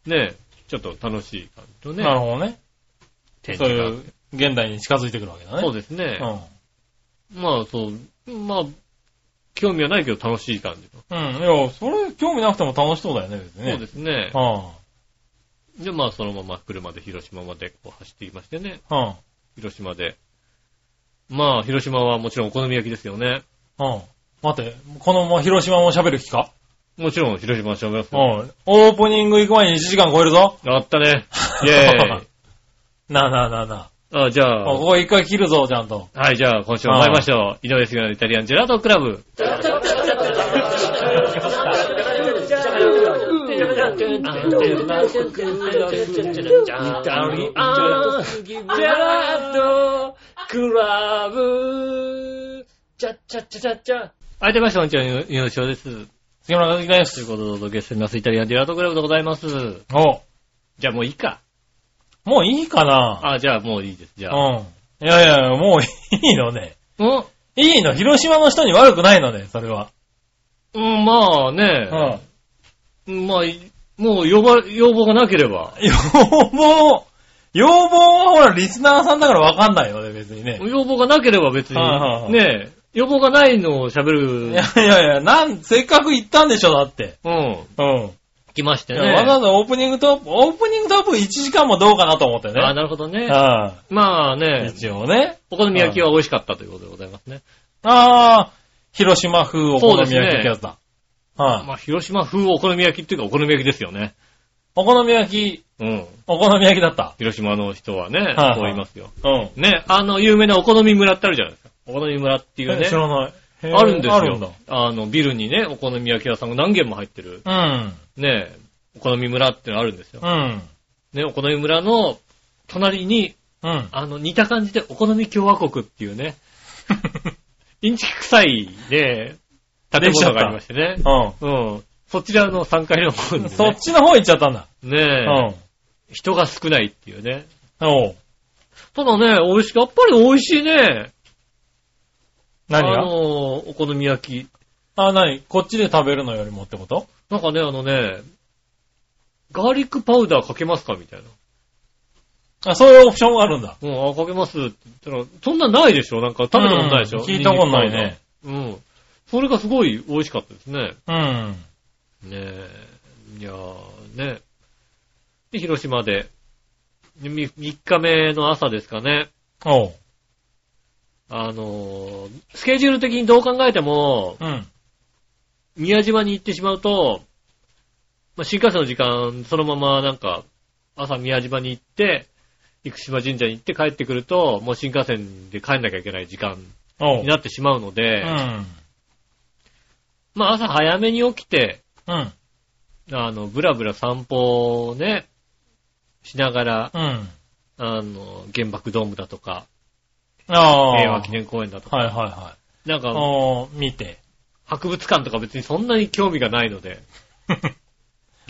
ね。ちょっと楽しい感じとね。 なるほどね。そういう、現代に近づいてくるわけだね。 そうですね。うん。まあ、そう、まあ、興味はないけど楽しい感じ。 うん。いや、それ興味なくても楽しそうだよね、別にね。 そうですね。 はあ、で、まあ、そのまま車で広島までこう走っていましてね。 はあ、 広島で。まあ、広島はもちろんお好み焼きですよね。 はあ、待って、このまま広島も喋る気か？ もちろん広島は喋りますよ。 うん。オープニング行く前にいちじかん超えるぞ。 あったね。イェーイ。 なあなあなあなあ。 あ、じゃあ。 ここ一回切るぞ、ちゃんと。 はい、じゃあ、今週も参りましょう。井上杉村のイタリアンジェラートクラブ。はい、出ました。こんにちは、井上翔です。 杉村和樹です。 ということで、お届けしております。イタリアンジェラートクラブでございます。 お。 じゃあもういいか。 もういいかな？ あ、じゃあもういいです。じゃあ。 うん。いやいや、もういいのね。 ん？ いいの。広島の人に悪くないのね、それは。 うん、まあね。うん。まあ、もう要望、要望がなければ。 要望、要望はほら、リスナーさんだからわかんないよね、別にね。 要望がなければ別に。はあはあ、ねえ。要望がないのを喋る。 いやいやいや、なん、せっかく言ったんでしょ、だって。 うん。 うん。 来ましてね。 わざわざオープニングトーク、オープニングトークいちじかんもどうかなと思ってね。 ああ、なるほどね。 ああまあね。 一応ね。 お好み焼きは美味しかったということでございますね。 ああ、広島風お好み焼きってやつだ。 はい、まあ、広島風お好み焼きっていうかお好み焼きですよね。 お好み焼き。 うん。 お好み焼きだった。 広島の人はね、はいはい、そう言いますよ。 うん。 ね、あの、有名なお好み村ってあるじゃないですか。お好み村っていうね。 知らない。 あるんですよ。 あるんだ。 あの、ビルにね、お好み焼き屋さんが何軒も入ってる。 うん。 ね、お好み村ってのあるんですよ。 うん。 ね、お好み村の隣に、 うん。 あの、似た感じでお好み共和国っていうね、インチキ臭いね、建物がありましてね。 うん。 うん。そちらのさんがいの方に、ね。 そっちの方行っちゃったんだ。 ねえ。うん。人が少ないっていうね。 おう。 ただね、美味しい。やっぱり美味しいね。 何が？ あのー、お好み焼き。 あ、何？こっちで食べるのよりもってこと？ なんかね、あのね、ガーリックパウダーかけますかみたいな。 あ、そういうオプションがあるんだ。 うん、あ、かけますって言ったら、そんなないでしょ？なんか食べたことないでしょ？ うん、聞いたことないね。 うん。それがすごい美味しかったですね。 うん。 ねえ。いやー、ね。で、広島で、みっかめの朝ですかね。 おう。 あのー、スケジュール的にどう考えても、 うん。 宮島に行ってしまうと、まあ、新幹線の時間、そのままなんか、朝宮島に行って、生島神社に行って帰ってくると、もう新幹線で帰んなきゃいけない時間になってしまうので、 うん。 まあ朝早めに起きて、 うん。 あの、ブラブラ散歩をね、しながら、 うん。 あの、原爆ドームだとか、 ああ。 平和記念公園だとか、 はいはいはい。 なんか、 見て。 博物館とか別にそんなに興味がないので、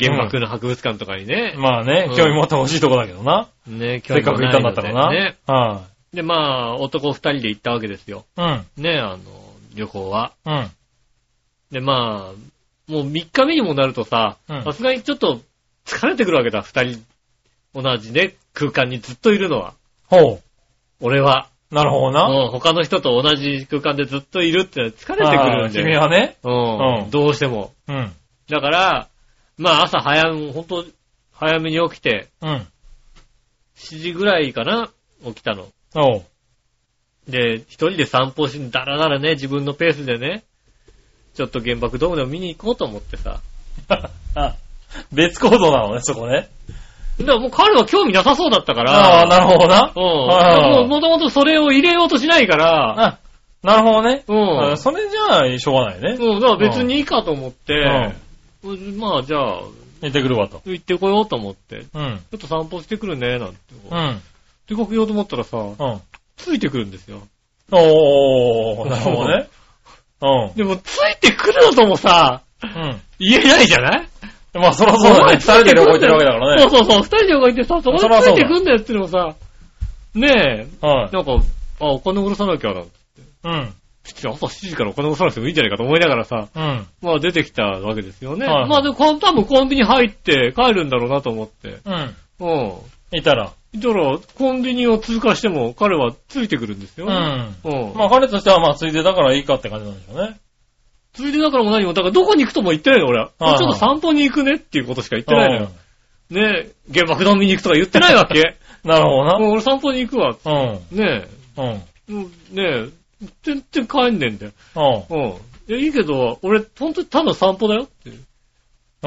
原爆の博物館とかにね。 うん、まあね、興味持ってほしいとこだけどな。 ね、 興味持って。せっかく行ったんだったらな。 ね。はい。で、まあ、男二人で行ったわけですよ。うん。ね、あの、旅行は。うん。で、まあ、もう三日目にもなるとさ、さすがにちょっと疲れてくるわけだ、二人。同じね、空間にずっといるのは。ほう。俺は。 なるほどな。 うん、他の人と同じ空間でずっといるって疲れてくるんだよ。 君はね。 うん。うん、どうしても。うん。だから、まあ朝早、ほんと、早めに起きて、うん。しちじぐらいかな、起きたの。おう。で、一人で散歩しに、だらだらね、自分のペースでね、ちょっと原爆ドームでも見に行こうと思ってさ。 あ、別行動なのね、そこね。 だからもう彼は興味なさそうだったから。 ああ、なるほどな。 うん。もう、もともとそれを入れようとしないから。 あ、なるほどね。うん。それじゃあ、しょうがないね。 うん、だから別にいいかと思って、うん、まあじゃあ、 行ってくるわと。 行ってこようと思って、うん。ちょっと散歩してくるね、なんて。うん。出かけようと思ったらさ、うん。ついてくるんですよ。 おー、なるほどね。 うん。でも、ついてくるのともさ、うん。言えないじゃない？ まあ、そらそうだね。二人で旅行行ってるわけだからね。 そうそうそう。二人で旅行行ってさ、そこでついてくんだよっていうのもさ、ねえ。はい。なんか、あ、お金下ろさなきゃなんて。うん。朝しちじからお金下ろさなくてもいいんじゃないかと思いながらさ、うん。まあ出てきたわけですよね。はい。まあでも、多分コンビニ入って帰るんだろうなと思って。うん。うん。 いたら。 いたら、コンビニを通過しても彼はついてくるんですよ。うん。 うん。まあ彼としてはまあついでだからいいかって感じなんでしょうね。 ついでだからも何も、だからどこに行くとも言ってないの俺は。ちょっと散歩に行くねっていうことしか言ってないのよ。ねえ、原爆ドーム見に行くとか言ってないわけ。 なるほどな。 もう俺散歩に行くわ。うん。ねえ。うん。ねえ、全然帰んねえんだよ。うん。うん。いや、いいけど、俺、ほんとにただ散歩だよって。 うん。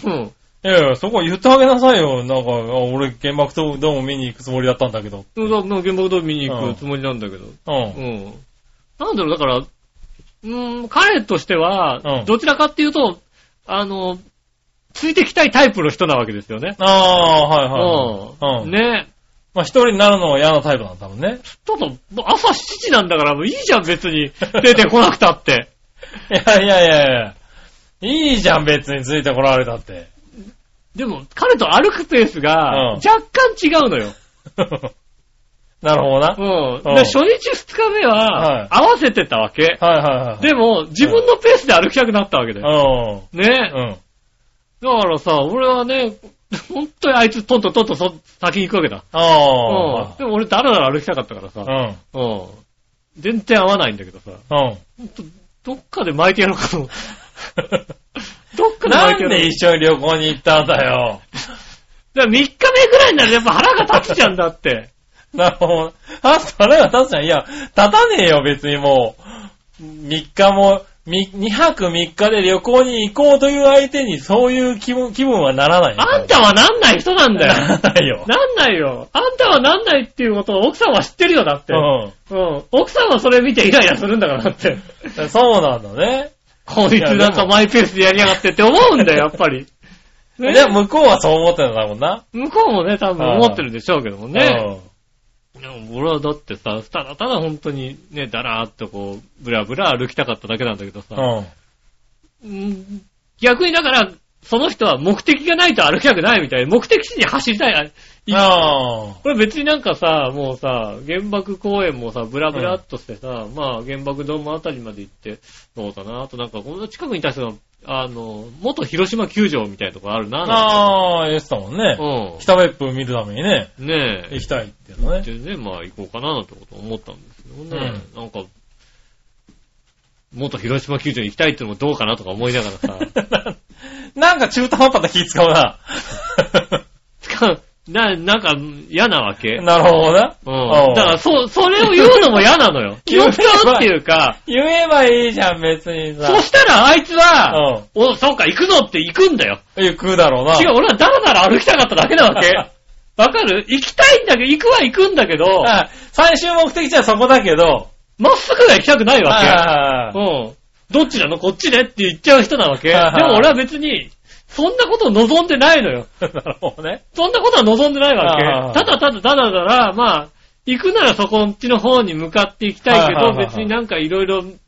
うん。いやいや、そこ言ってあげなさいよ。なんか、俺原爆ドーム見に行くつもりだったんだけど。 うん、原爆ドーム見に行くつもりなんだけど。うん。うん。なんだろう、だから、うーん、彼としては、うん、どちらかっていうと、あの、ついてきたいタイプの人なわけですよね。 ああ、はいはい。うん。うん、ね。まあ一人になるのは嫌なタイプなんだもんね。 ちょっと、朝しちじなんだからもういいじゃん別に。出てこなくたって。 いやいやいやいや。いいじゃん別についてこられたって。 でも、彼と歩くペースが、若干違うのよ。 なるほどな。 うん。で、初日二日目は、合わせてたわけ。はいはいはい。でも、自分のペースで歩きたくなったわけだよ。うん。ね。うん。だからさ、俺はね、本当にあいつトントントントン先に行くわけだ。ああ。うん。でも俺だらだら歩きたかったからさ。うん。うん。全然合わないんだけどさ。うん。ほんと、どっかで巻いてやろうかと。 どっかで巻いてやろう。なんで一緒に旅行に行ったんだよ。 だからみっかめぐらいになるとやっぱ腹が立つじゃんだって。 なるほど。腹が立つじゃん。いや、立たねえよ別にもう。みっかも、にはくみっかで旅行に行こうという相手にそういう気分、気分はならない。 あんたはなんない人なんだよ。 なんないよ。 なんないよ。あんたはなんないっていうことを奥さんは知ってるよ、だって。うん。うん。奥さんはそれ見てイライラするんだから、だって。 そうなんだね。 こいつなんかマイペースでやりやがってって思うんだよ、やっぱり。 ね、でも向こうはそう思ってるんだもんな。 向こうもね、多分思ってるでしょうけどもね。うん。でも俺はだってさ、ただただ本当にね、だらーっとこう、ブラブラ歩きたかっただけなんだけどさ。うん逆にだから、その人は目的がないと歩きたくないみたいな、目的地に走りたい。ああ。これ別になんかさ、もうさ、原爆公園もさ、ブラブラっとしてさ、うん、まあ原爆ドームあたりまで行って、そうだな、あとなんかこの近くにいた人が、あの、元広島球場みたいなとこあるな。 ああ、言ってたもんね。うん。北別府見るためにね。 ねえ。 行きたいっていうのね。 でね、まあ行こうかななんてこと思ったんですけどね。うん、なんか、元広島球場に行きたいってのもどうかなとか思いながらさ。 なんか中途半端な気使うな。 使う。な、なんか嫌なわけ。 なるほどな。 うん。だからそ、それを言うのも嫌なのよ。気を使うっていうか。 言えばいいじゃん、別にさ。 そしたらあいつは、うん、お、そうか、行くぞって行くんだよ。 行くだろうな。 違う、俺はだらだら歩きたかっただけなわけ。わかる？行きたいんだけど、行くは行くんだけど。 最終目的地はそこだけど、 まっすぐは行きたくないわけ。うん。どっちなのこっちねって言っちゃう人なわけ。でも俺は別に、そんなことを望んでないのよ。 なるほどね。 そんなことは望んでないわけ。ただただただただ、まあ、行くならそこっちの方に向かっていきたいけど、別になんかいろいろ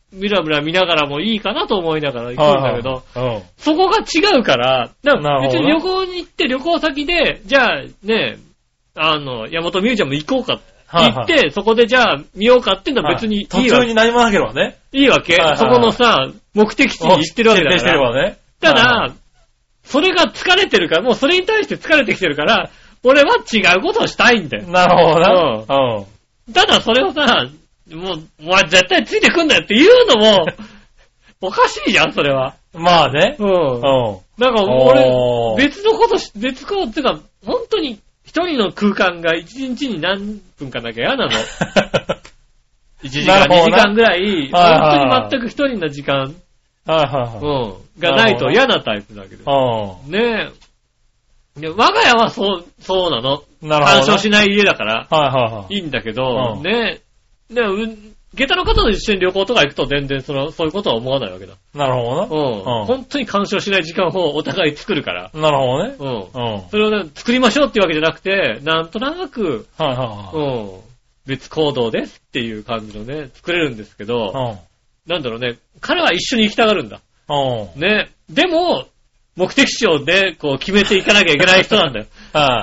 ビラビラ見ながらもいいかなと思いながら行くんだけど、はいはい、そこが違うから、だから別に旅行に行って旅行先で、じゃあね、あの、大和ミュージアム行こうかって言って、はいはい、そこでじゃあ見ようかっていうのは別にいいわけ、はい、途中に何もなければね。 いいわけ、はいはいはい、そこのさ、目的地に行ってるわけだから。 してるわね。 ただ、 はいはい、 それが疲れてるから、もうそれに対して疲れてきてるから、俺は違うことをしたいんだよ。 なるほどな。 うん。ただそれをさ、もう、お前絶対ついてくんだよって言うのも、おかしいじゃん、それは。 まあね。 うん。うん。なんか俺、別のことし、別ことっていうか、本当に一人の空間が一日に何分かなきゃ嫌なの。一時間、二時間ぐらい、本当に全く一人の時間、 はいはいはい。 うん。がないと嫌なタイプだけど。ねえ。で我が家はそう、そうなの。なるほど。干渉しない家だから。はいはいはい。いいんだけど、うん、ねえ。で、うん、下駄の方と一緒に旅行とか行くと全然その、そういうことは思わないわけだ。 なるほどな。 うん。うん、本当に干渉しない時間をお互い作るから。 なるほどね。 うん。うん。それをね、作りましょうっていうわけじゃなくて、なんとなく、はいはいはい。うん。別行動ですっていう感じのね、作れるんですけど、うん。なんだろうね、彼は一緒に行きたがるんだ。うん。ね。でも、目的地をね、こう決めていかなきゃいけない人なんだよ。 はい。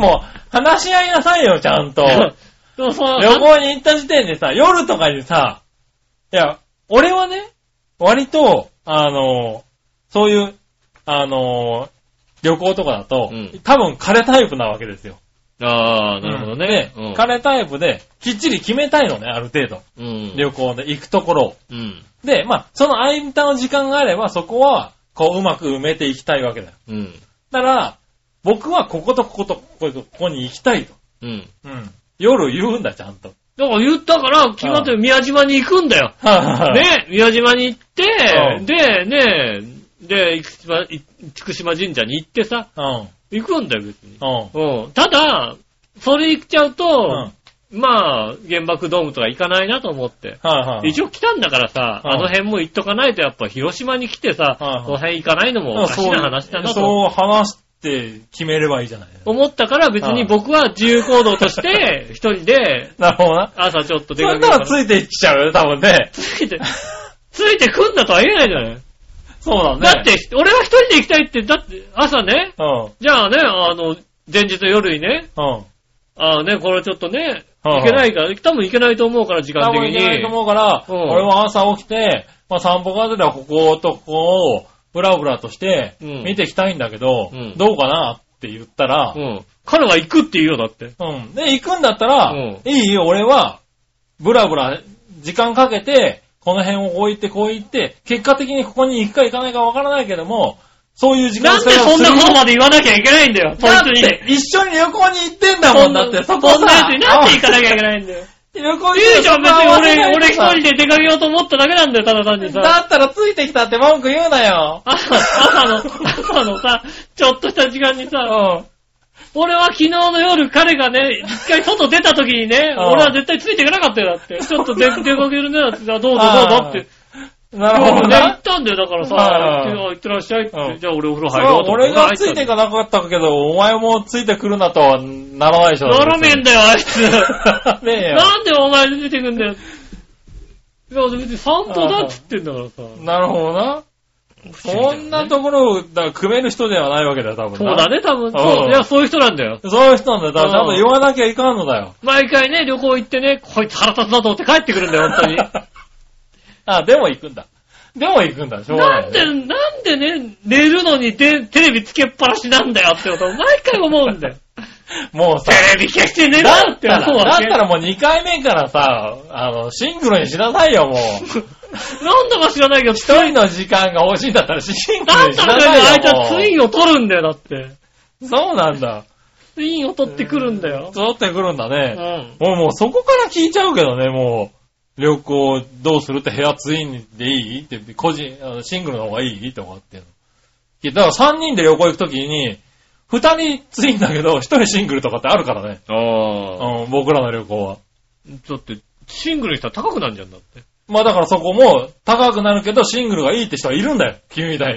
もう、話し合いなさいよ、ちゃんと。そうそう。旅行に行った時点でさ、夜とかにさ、いや、俺はね、割と、あの、そういう、あの、旅行とかだと、うん、多分彼タイプなわけですよ。 ああ、なるほどね。 うん、で、彼タイプで、きっちり決めたいのね、ある程度。うん、旅行で行くところを。うん、で、まあ、その間の時間があれば、そこは、こう、うまく埋めていきたいわけだよ。うん、だから、僕はこことこことこことここに行きたいと。うん。うん。夜言うんだ、ちゃんと。 だから言ったから、決まって宮島に行くんだよ。ね、宮島に行って、で、ね、で、厳島神社に行ってさ、うん、行くんだよ、別に。うん。ただ、それ行っちゃうと、うん、まあ、原爆ドームとか行かないなと思って。はいはい、一応来たんだからさ、あの辺も行っとかないと、やっぱ広島に来てさ、はいはい、この辺行かないのもおかしな話だなと。 そう話して決めればいいじゃない。 思ったから別に僕は自由行動として、一人で、 なるほどな。 朝ちょっと出かける。 そんなのついてきちゃうよ、多分ね。 ついて、ついてくんだとは言えないじゃない。 そうだね。 だって、俺は一人で行きたいって、だって朝ね、うん、じゃあね、あの、前日の夜にね、うん、ああね、これちょっとね、行けないから、多分行けないと思うから、時間的に。 多分行けないと思うから、うん、俺は朝起きて、まあ散歩がてらこことここを、ブラブラとして、見てきたいんだけど、うん、どうかなって言ったら、うん、 彼は行くって言うよ、だって。 うん。で、行くんだったら、うん、いいよ、俺は、ブラブラ、時間かけて、この辺をこう行って、こう行って、結果的にここに行くか行かないかわからないけども、そういう時間なんでそんなことまで言わなきゃいけないんだよ、 そいつに。だって一緒に旅行に行ってんだもん、だって、そこさ。 そんなやつになんで行かなきゃいけないんだよ。 旅行に言うじゃん、別に俺、俺一人で出かけようと思っただけなんだよ、ただ単にさ。 だったらついてきたって文句言うなよ。 朝、朝の、朝のさ、ちょっとした時間にさ、うん、俺は昨日の夜彼がね、一回外出た時にね、うん、俺は絶対ついていかなかったよ、だって。ちょっと出かけるね、だって、どうぞどうぞって。 なるほどね。 行ったんだよ、だからさ、行ってらっしゃいって、うん、じゃあ俺お風呂入ろうと。 俺がついていかなかったけど、お前もついてくるなとはならないでしょ。 ならねえんだよ、あいつ。ねえよ。なんでお前ついてくんだよ。いや、別に散歩だっつってんだからさ。 なるほどな。そんなところを、だから組める人ではないわけだよ、多分。 そうだね、多分。そう。いや、そういう人なんだよ。 そういう人なんだよ。だからちゃんと言わなきゃいかんのだよ。 毎回ね、旅行行ってね、こいつ腹立つなと思って帰ってくるんだよ、本当に。 あ、でも行くんだ。でも行くんだ、しょうがない、ね。 なんで、なんでね、寝るのにテレビつけっぱなしなんだよってことを毎回思うんだよ。 もうさ、 テレビ消して寝ろって思うわけ。 だったらもうにかいめからさ、あの、シングルにしなさいよ、もう。 なんだか知らないけど、 一人の時間が欲しいんだったらシングルにしなさいよ。 なんだかあいつはツインを取るんだよ、だって。 そうなんだ。 ツインを取ってくるんだよ。 取ってくるんだね。うん。もう、もうそこから聞いちゃうけどね、もう。旅行どうするって部屋ツインでいいって、個人、シングルの方がいいって思ってるの。いや、だからさんにんで旅行行くときに、ふたりツインだけど、ひとりシングルとかってあるからね。ああ。うん、僕らの旅行は。 だって、シングルにしたら高くなるじゃんだって。 まあだからそこも高くなるけど、シングルがいいって人はいるんだよ。君みたいに。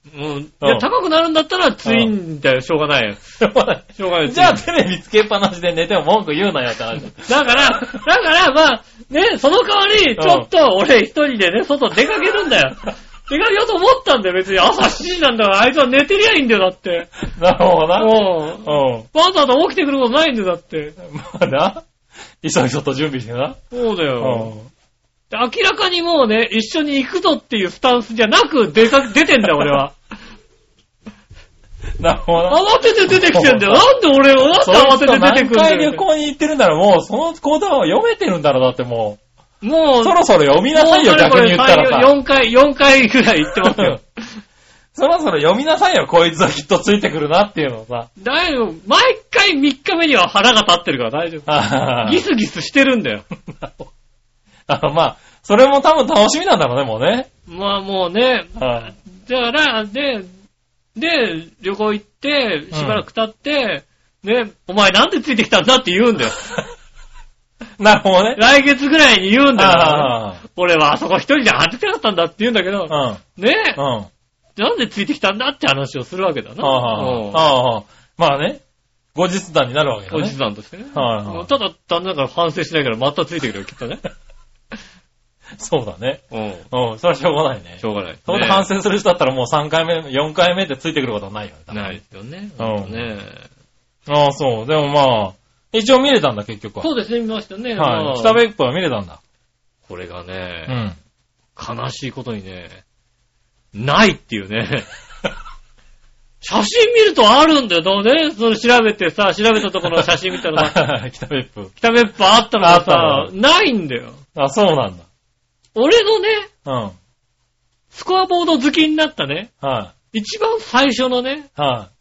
うん。いや、高くなるんだったらツインだよ、しょうがないよ。しょうがない。しょうがない。 じゃあテレビつけっぱなしで寝ても文句言うなよって話。 だから、だからまあ、ね、その代わり、ちょっと俺一人でね、外出かけるんだよ。出かけようと思ったんだよ、別に。朝しちじなんだから、あいつは寝てりゃいいんだよ、だって。 なるほどな。 うん。うん。わざわざ起きてくることないんだよ、だって。 まあな。いそいそと準備してな。 そうだよ。うん。明らかにもうね、一緒に行くぞっていうスタンスじゃなく出か、出てんだよ、俺は。 なるほど。 慌てて出てきてんだよ。なんで俺、なんで慌てて出てくるんだよ。 何回旅行に行ってるんだろう、もうその行動は読めてるんだろう、だってもう。 もう、 そろそろ読みなさいよ、逆に言ったらさ。 よんかい、よんかいぐらい言ってますよ。 そろそろ読みなさいよ、こいつはきっとついてくるなっていうのをさ。 だよ、毎回みっかめには腹が立ってるから大丈夫。ギスギスしてるんだよ。 あまあ、それも多分楽しみなんだろうね、もうね。 まあもうね、だから、で、で、旅行行って、しばらく経って、うん、ね、お前なんでついてきたんだって言うんだよ。 なるほどね。 来月ぐらいに言うんだよ。俺はあそこ一人で当ててなかったんだって言うんだけど、うん、ねえ、うん、なんでついてきたんだって話をするわけだな。 ああまあね、後日談になるわけだね。 後日談としてね。はいはい、ただ、だんだんから反省しないからまたついてくるよ、きっとね。 そうだね。うん。うん。それはしょうがないね。 しょうがない。 それで反省する人だったらもうさんかいめ、よんかいめでついてくることはないよね。ないですよね。 うん。ねああ、そう。でもまあ、一応見れたんだ、結局は。 そうですね、見ましたね。 はい。北別府は見れたんだ。 これがね、うん。悲しいことにね、ないっていうね。写真見るとあるんだよ、どうね。それ調べてさ、調べたところの写真見たらさ、北別府。 北別府あったのがさ、ないんだよ。 あ、そうなんだ。 俺のね、 うん。 スコアボード好きになったね、 はい。 一番最初のね、 はい。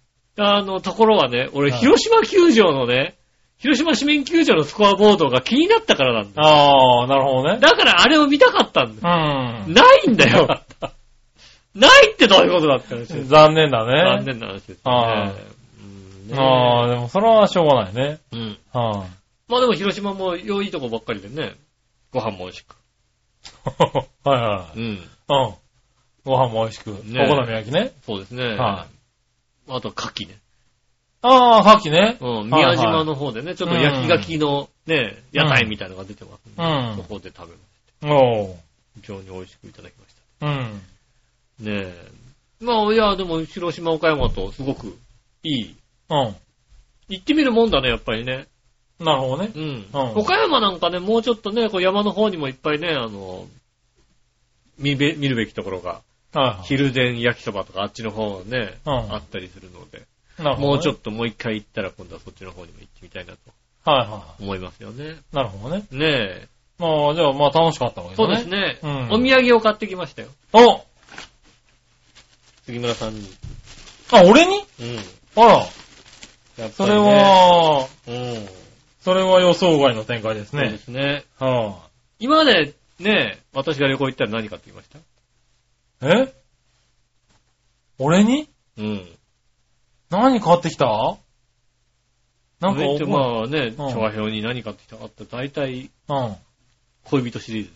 あの、ところはね、俺、広島球場のね、広島市民球場のスコアボードが気になったからなんだよ。 ああ、なるほどね。 だからあれを見たかったんだよ。うん。 ないんだよ。ないってどういうことだって話です。 残念だね。 残念な話です、ね。 あ、うん、ああ、でもそれはしょうがないね。 うん。 はあ、 まあでも広島も良いとこばっかりでね、ご飯も美味しく。 はいはい。うん。うん。ご飯も美味しく。ね、お好み焼きね。 そうですね。 はい。 あと、牡蠣ね。 ああ、牡蠣ね。 うん。宮島の方でね、ちょっと焼き牡蠣のね、屋台みたいなのが出てます、 ね。 うん。そこで食べました。 おー。 非常に美味しくいただきました。 うん。 ねえ。まあ、いや、でも、広島、岡山とすごくいい。 うん。 行ってみるもんだね、やっぱりね。 なるほどね。 うん。うん、岡山なんかね、もうちょっとね、こう山の方にもいっぱいね、あの、見べ、見るべきところが、はいはい、昼前焼きそばとかあっちの方ね、うん、あったりするので、なるほどね、もうちょっともう一回行ったら今度はそっちの方にも行ってみたいなと。はいはい。思いますよね。 なるほどね。 ねえ。 まあ、じゃあ、まあ楽しかったわけですね。 そうですね。うん、お土産を買ってきましたよ。 お杉村さんに。 あ、俺に？ うん。 あら。やっぱりね、それは、 うん。 それは予想外の展開ですね。 そうですね。 はあ、 今までね、私が旅行行ったら何買ってきました？ え？俺に？ うん。 何買ってきた？なんか、 まあね、調和表に何買ってきたかって大体、 うん。 恋人シリーズ。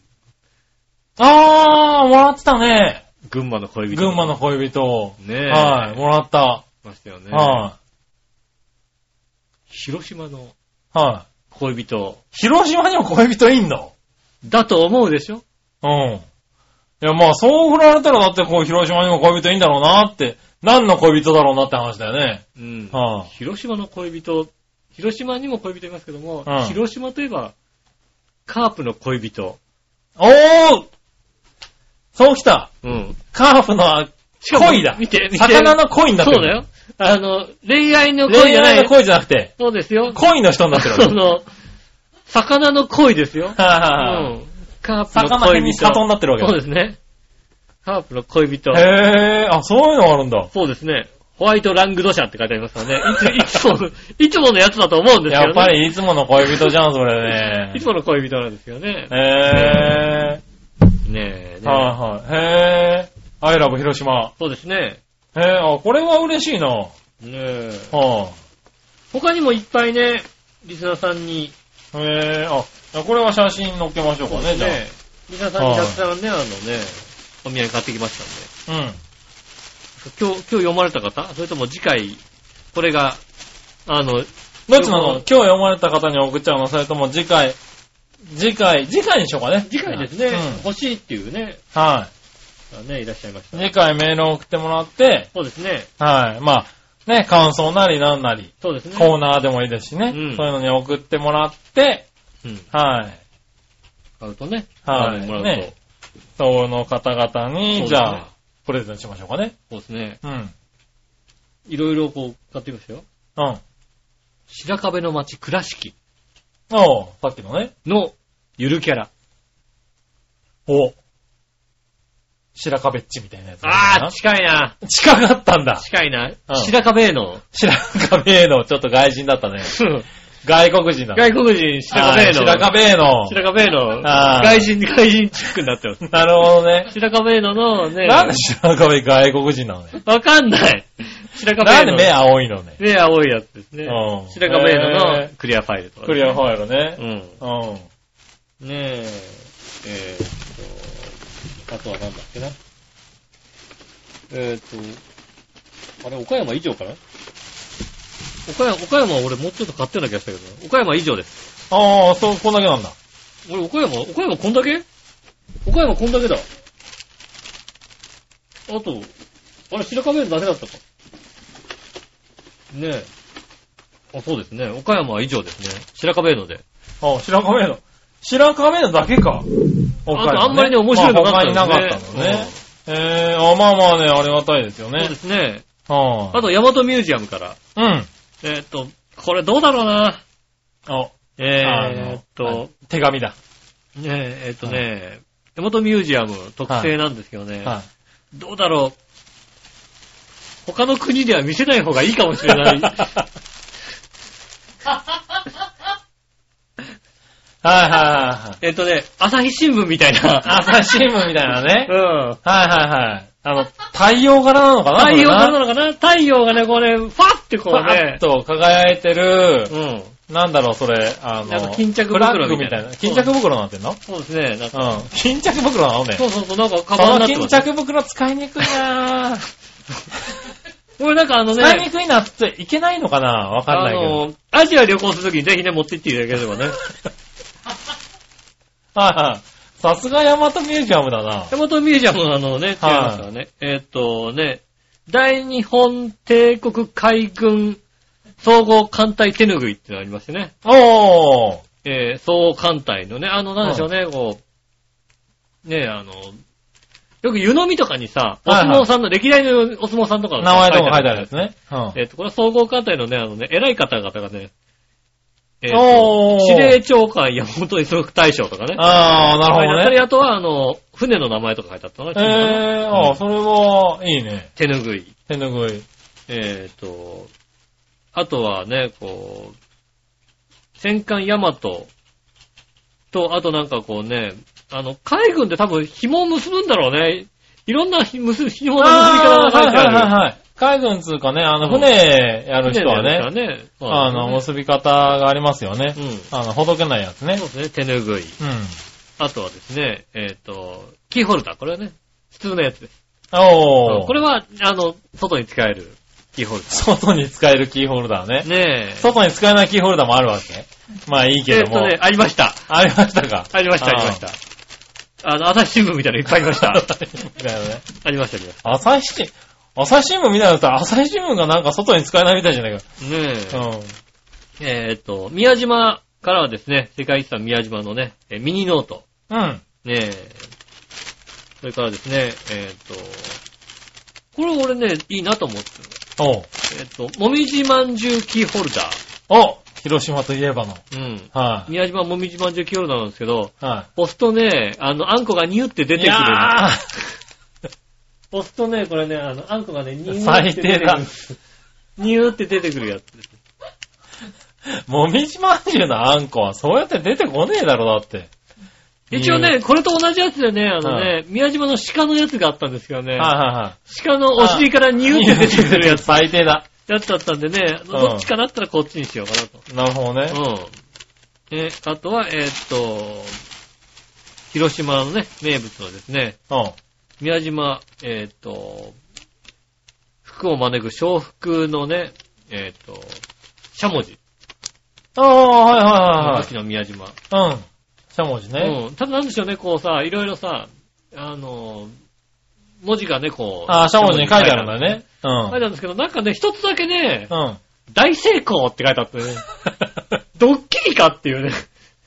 あー、もらってたね。 群馬の恋人。 群馬の恋人。 ねえ。 はい、もらった。 ましたよね。 はい。 広島のはい。 恋人。 広島にも恋人いんの？ だと思うでしょ？ うん。いや、まあ、そう振られたらだってこう、広島にも恋人いいんだろうなって、何の恋人だろうなって話だよね。 うん。はあ、広島の恋人、広島にも恋人いますけども、うん、広島といえば、カープの恋人。 おー！そうきた。 うん。 カープの恋だ。 見て、見て。 魚の恋になってる。 そうだよ。あの、恋愛の恋じゃない。 恋愛の恋じゃなくて。 そうですよ。 恋の人になってるわけ。 その、魚の恋ですよ。 はうん。カープの恋人。 魚に里になってるわけ。 そうですね。カープの恋人。 へー、あ、そういうのがあるんだ。 そうですね。ホワイトラングドシャって書いてありますからね。いつ、いつも、いつものやつだと思うんですよね。 やっぱりいつもの恋人じゃん、それね。 いつもの恋人なんですよね。 へー。ねえ、ねはいはい。へー。I love 広島。 そうですね。 へー、あ、これは嬉しいな。 ねえ。 はあ。 他にもいっぱいね、リスナーさんに。 へー、あ、これは写真載っけましょうかね、じゃあ。 リスナーさんにたくさんね、あのね、お土産買ってきましたんで。 うん。 今日、今日読まれた方？それとも次回、これが、あの、 どっちなの？今日読まれた方に送っちゃうの？それとも次回、次回、次回にしようかね。 次回ですね。うん、欲しいっていうね。 はい。 ね、いらっしゃいました。 次回メールを送ってもらって、 そうですね。 はい。まあ、ね、感想なりなんなり、 そうですね。 コーナーでもいいですしね。うん、そういうのに送ってもらって、うん、はい。 買うとね。 はい。もらうと。ね。その方々に、ね、じゃあ、プレゼントしましょうかね。 そうですね。 うん。 いろいろこう、買ってみましたよ。 うん。 白壁の街倉敷。 おう、さっきのね。 の、ゆるキャラ。 お。白壁っちみたいなやつ。 ああ、近いな。 近かったんだ。 近いな。うん、白壁への。 白壁への、ちょっと外人だったね。外国人だね。 外国人、白壁への。 白壁への。 白壁への。外人、外人チックになってます。 なるほどね。 白壁へののね。 なんで白壁外国人なのね。 わかんない。白壁への。 なんで目青いのね。 目青いやつですね。うん。白壁へののクリアファイルとか、 ね。クリアファイルね。 うん。 うん。 ねえ。えー、っと、あとはなんだっけな。えー、っと、あれ、岡山以上かな？岡山、岡山は俺もうちょっと買ってんだ気がしたけど、岡山以上です。 ああ、そう、こんだけなんだ。 俺、岡山、岡山こんだけ？岡山こんだけだ。あと、あれ、白壁のだけだったか。ねえ。あ、そうですね。岡山は以上ですね。白壁ので。 あ、白壁の。白壁のだけか。 岡山、ね、あとあんまりね、面白いのがあったんですね。 他になかったのね。うん、えー、あ、まあまあね、ありがたいですよね。 そうですね。 はあ、 あと、大和ミュージアムから。 うん。 えー、っと、これどうだろうな。 あ、 えー、っと、 手紙だ。 ねえ、えー、っとね、大和ミュージアム特製なんですけどね。はいはい、どうだろう。他の国では見せない方がいいかもしれない。 はいはいはい。 えっとね、朝日新聞みたいな。 朝日新聞みたいなね。 うん。 はいはいはい。あの、太陽柄なのかな？ 太陽柄なのかな？太陽がね、こうね、ファってこうね。 ファッと輝いてる。 うん。 なんだろう、それ、あの、 なんか巾着袋みたいな。 巾着袋になってんの？ そうですね。なんかうん。巾着袋なのね。 そうそうそう、なんかカバンになってます。 その巾着袋使いにくいなぁ。 これなんかあのね。 使いにくいなっていけないのかな？わかんないけど。 あの、アジア旅行するときにぜひね、持って行っていただければね。 はいはい。さすが大和ミュージアムだな。 大和ミュージアムのあのね、違いますからね。えー、っとね、大日本帝国海軍総合艦隊手拭いってのがありましてね。 おー。 えー、総合艦隊のね、あの、なんでしょうね、こう、ね、あの、よく湯飲みとかにさ、お相撲さんの、はいはい、歴代のお相撲さんとかの名前とか書いてあるやつね。 うん、えー、っと、これは総合艦隊のね、あのね、偉い方々がね、えー、司令長官山本五十六大将とかね。 ああ、なるほどね。 あとは、あの、船の名前とか書いてあったのね。 えー、ああ、うん、それは、いいね。 手拭い。 手拭い。 えっ、ー、と、あとはね、こう、戦艦大和と、あとなんかこうね、あの、海軍で多分紐を結ぶんだろうね。いろんな紐の結び方が書いてある。 はいはいはい。海軍つうかね、あの、船やる人はね、うんねあの、結び方がありますよね。うん、あの、ほどけないやつね。 そうですね、手拭い。うん。あとはですね、えっ、ー、と、キーホルダー。これはね、普通のやつです。 おー。 これは、あの、外に使えるキーホルダー。 外に使えるキーホルダーね。 ねえ。 外に使えないキーホルダーもあるわけ？まあいいけども。 えっ、ー、とね、ありました。 ありましたか？ ありました、ありました。あの、朝日新聞みたいなのいっぱいありました。 みたいなね。 ありました、ありました。 朝日新聞朝日新聞みたいなのだったら、朝日新聞がなんか外に使えないみたいじゃないか。 ねえ。うん。えー、っと、宮島からはですね、世界遺産宮島のね、えミニノート。 うん。 ねえ。それからですね、えー、っと、これ俺ね、いいなと思ってる。 おう。 えー、っと、もみじまんじゅうキーホルダー。 お広島といえばの。 うん。 はい、 宮島もみじまんじゅうキーホルダーなんですけど、 はい、 押すとね、あの、あんこがニュって出てくる。いや押すとね、これね、あの、あんこがね、ニューって出てくる。最低だ。ニューって出てくるやつです。 もみじまんじゅうのあんこはそうやって出てこねえだろ、だって。 一応ね、これと同じやつでね、あのね、はい、宮島の鹿のやつがあったんですけどね。 はいはいはい。 鹿のお尻からニューって出てくるやつ。 最低だ。 やつだったんでね、どっちかなったらこっちにしようかなと。 なるほどね。 うん。え、あとは、えー、っと、広島のね、名物のですね、 うん。 宮島、えー、っと、 福を招く笑福のね、えっ、ー、と、しゃもじ。 ああ、はいはいはいはい。 秋の宮島。うん。 しゃもじね。 うん。ただなんでしょうね、こうさ、いろいろさ、あの、文字がね、こう。 ああ、しゃもじに書いてあるんだね。うん。 書いてあるんですけど、なんかね、一つだけね、 うん。 大成功って書いてあってね。ドッキリかっていうね。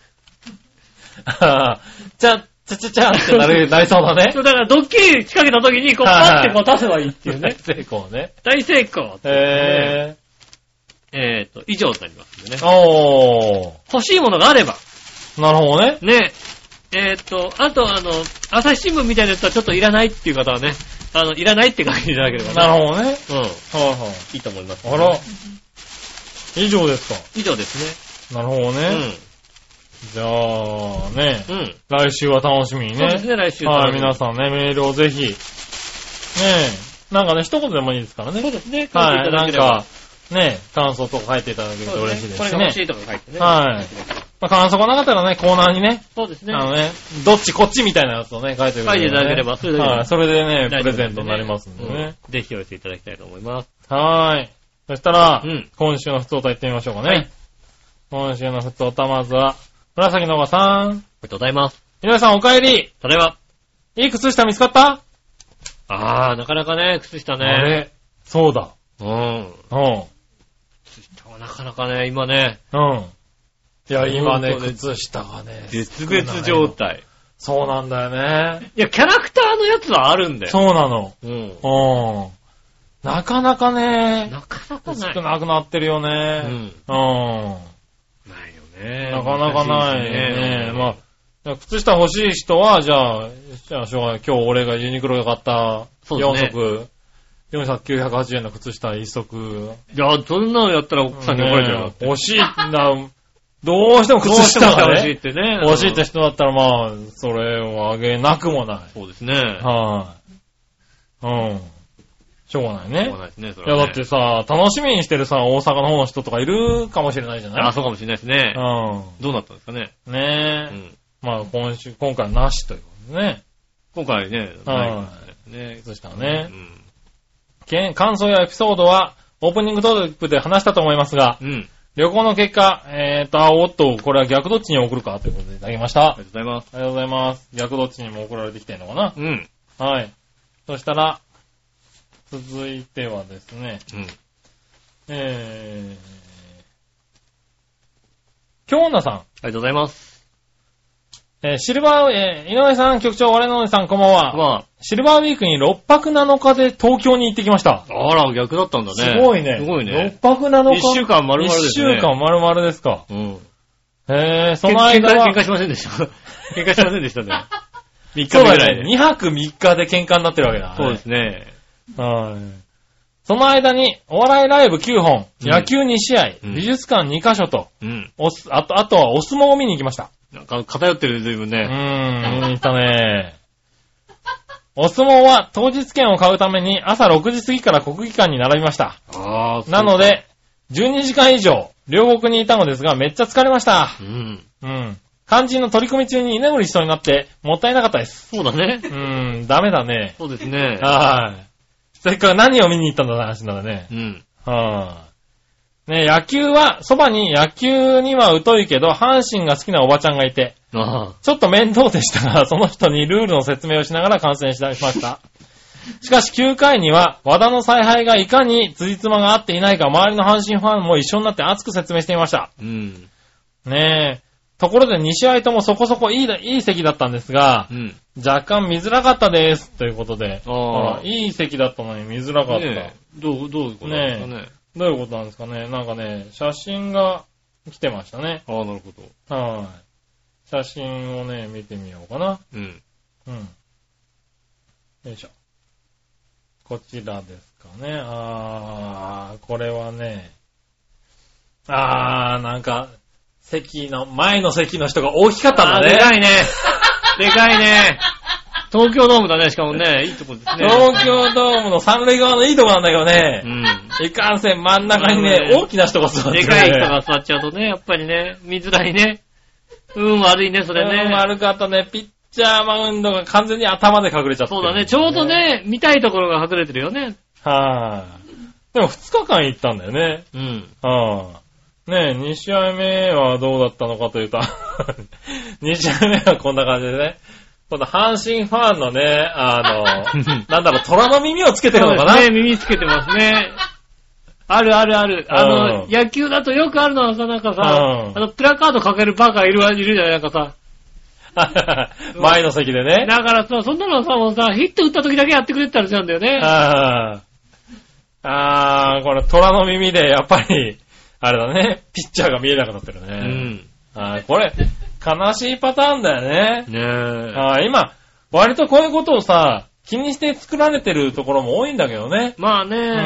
ああ、ちゃ、ちゃちゃちゃってなる、なりそうだね。 そう、だからドッキリ仕掛けた時に、こう、パッてこう出せばいいっていうね。 大成功ね。 大成功。 へえ。えっと、以上になりますんでね。 おー。 欲しいものがあれば。 なるほどね。 ね。えっと、あとあの、朝日新聞みたいなやつはちょっといらないっていう方はね、あの、いらないって書いていただければね。 なるほどね。 うん。はいはい。 いいと思います、 ね。あら。以上ですか。 以上ですね。なるほどね。うん。じゃあ、ね。うん。来週は楽しみにね。 そうですね、来週はい、皆さんね、メールをぜひ。ねえ。なんかね、一言でもいいですからね。 そうですね。 はい、なんか、ね、感想とか書いていただけると嬉しいですしね。これが欲しいとか書いてね。 はい。まあ、感想がなかったらね、コーナーにね。 そうですね。 あのね、どっちこっちみたいなやつをね、書いてくれる、ね。 書いていただければ、 それで、はい、それでね、プレゼントになりますんでね。 うん、ぜひ寄せていただきたいと思います。 はーい。そしたら、 うん、 今週のふつおた行ってみましょうかね。 はい、 今週のふつおた、まずは、紫のおばさん。ありがとうございます。 皆さんお帰り。 ただいま。 いい靴下見つかった？ あー、なかなかね、靴下ね。 あれそうだ。 うん。うん。靴下はなかなかね、今ね。 うん。いや、今ね、靴下がね。 絶滅状態。 そうなんだよね。 いや、キャラクターのやつはあるんだよ。 そうなの。 うん。うん。 なかなかね、 なかなかない。 少なくなってるよね。うん。うん。 ないよね。 なかなかないね。まあ、靴下欲しい人は、じゃあ、じゃあ、しょうがない。今日俺がユニクロで買ったよん足、よんさくきゅうひゃくはちじゅうえんの靴下いっ足。 いや、そんなのやったら奥さんに怒られちゃうよ。 欲しいな、どうしても靴下がね。欲しいってね。欲しいって人だったらまあ、それをあげなくもない。 そうですね。 はい、うん。しょうがないね。 しょうがないですね、それは、 ね。いや、だってさ、楽しみにしてるさ、大阪の方の人とかいるかもしれないじゃない？ あ、そうかもしれないですね。 うん。 どうなったんですかね。 ねえ。うん。まあ、今週、今回はなしということでね。 今回ね、 はい。 ね。 そしたらね。うん。感想やエピソードは、オープニングトークで話したと思いますが、うん。旅行の結果、えーと、あ、おっと、これは逆どっちに送るかということでいただきました。 ありがとうございます。 ありがとうございます。逆どっちにも送られてきてるのかな？ うん。 はい。そしたら、続いてはですね、うん。えー、京女さん。ありがとうございます。 えー、シルバー、えー、井上さん、局長、我々のさん、こんばんは。まあ、シルバーウィークにろっぱくなのかで東京に行ってきました。 あら、逆だったんだね。 すごいね。 すごいね。 ろっぱくなのか。いっしゅうかん丸々ですね。 いっしゅうかん丸々ですか。 うん。 へー、その間は。 喧嘩しませんでした。喧嘩しませんでしたね。みっかめぐらいで。 にはくみっかで喧嘩になってるわけだ、ね。 そうですね。 はい。その間に、お笑いライブきゅうほん、うん、野球にしあい、うん、美術館にかしょと、うん、おすあと、あとはお相撲を見に行きました。 なんか偏ってる随分ね。 うーん、見に行ったね。お相撲は当日券を買うために朝ろくじ過ぎから国技館に並びました。 ああ、 なので、じゅうにじかん以上、両国にいたのですが、めっちゃ疲れました。 うん。 うん。肝心の取り組み中に居眠りしそうになって、もったいなかったです。 そうだね。 うーん、ダメだね。 そうですね。 はい。せっかく何を見に行ったんだって話なんだね。 うん。 はい。ね、野球は、そばに野球には疎いけど、阪神が好きなおばちゃんがいて、 ああちょっと面倒でしたが、その人にルールの説明をしながら観戦しました。しかしきゅうかいには、和田の采配がいかに辻褄が合っていないか、周りの阪神ファンも一緒になって熱く説明していました。 うん。 ねえ。ところでに試合ともそこそこいい、いい席だったんですが、うん、若干見づらかったです。ということで。ああいい席だったのに見づらかった。 ね、どう、どういうことなんですかね。ねどういうことなんですかね。なんかね、写真が来てましたね。 ああ、なるほど。はい。写真をね、見てみようかな。 うん。 うん。よいしょ。こちらですかね。あー、これはね、あー、なんか、席の、前の席の人が大きかったんだね。 でかいね。でかいね。東京ドームだね、しかもね、いいとこですね。 東京ドームの三塁側のいいとこなんだけどね。 うん。 いかんせん真ん中にね、ね大きな人が座ってる、ね。 でかい人が座っちゃうとね、やっぱりね、見づらいね。うん、悪いね、それね。 うん、悪かったね。ピッチャーマウンドが完全に頭で隠れちゃって。 そうだね、ちょうどね、見たいところが隠れてるよね。 はでもふつかかん行ったんだよね。 うん。 ああ。ねえ、に試合目はどうだったのかというと、に試合目はこんな感じでね。この阪神ファンのね、あの、なんだろう、虎の耳をつけてるのかな？ ね、耳つけてますね。あるあるある。あの、野球だとよくあるのはさ、なんかさ、あの、プラカードかけるバカいる、いるじゃない、なんかさ。 前の席でね。 だからさ、そんなのさ、もうさ、ヒット打った時だけやってくれって話なんだよね。 ああ、これ、虎の耳で、やっぱり、あれだね、ピッチャーが見えなくなってるね。 うん。 あこれ、悲しいパターンだよね。 ねえ。 あ今、割とこういうことをさ、気にして作られてるところも多いんだけどね。 まあね。 うん。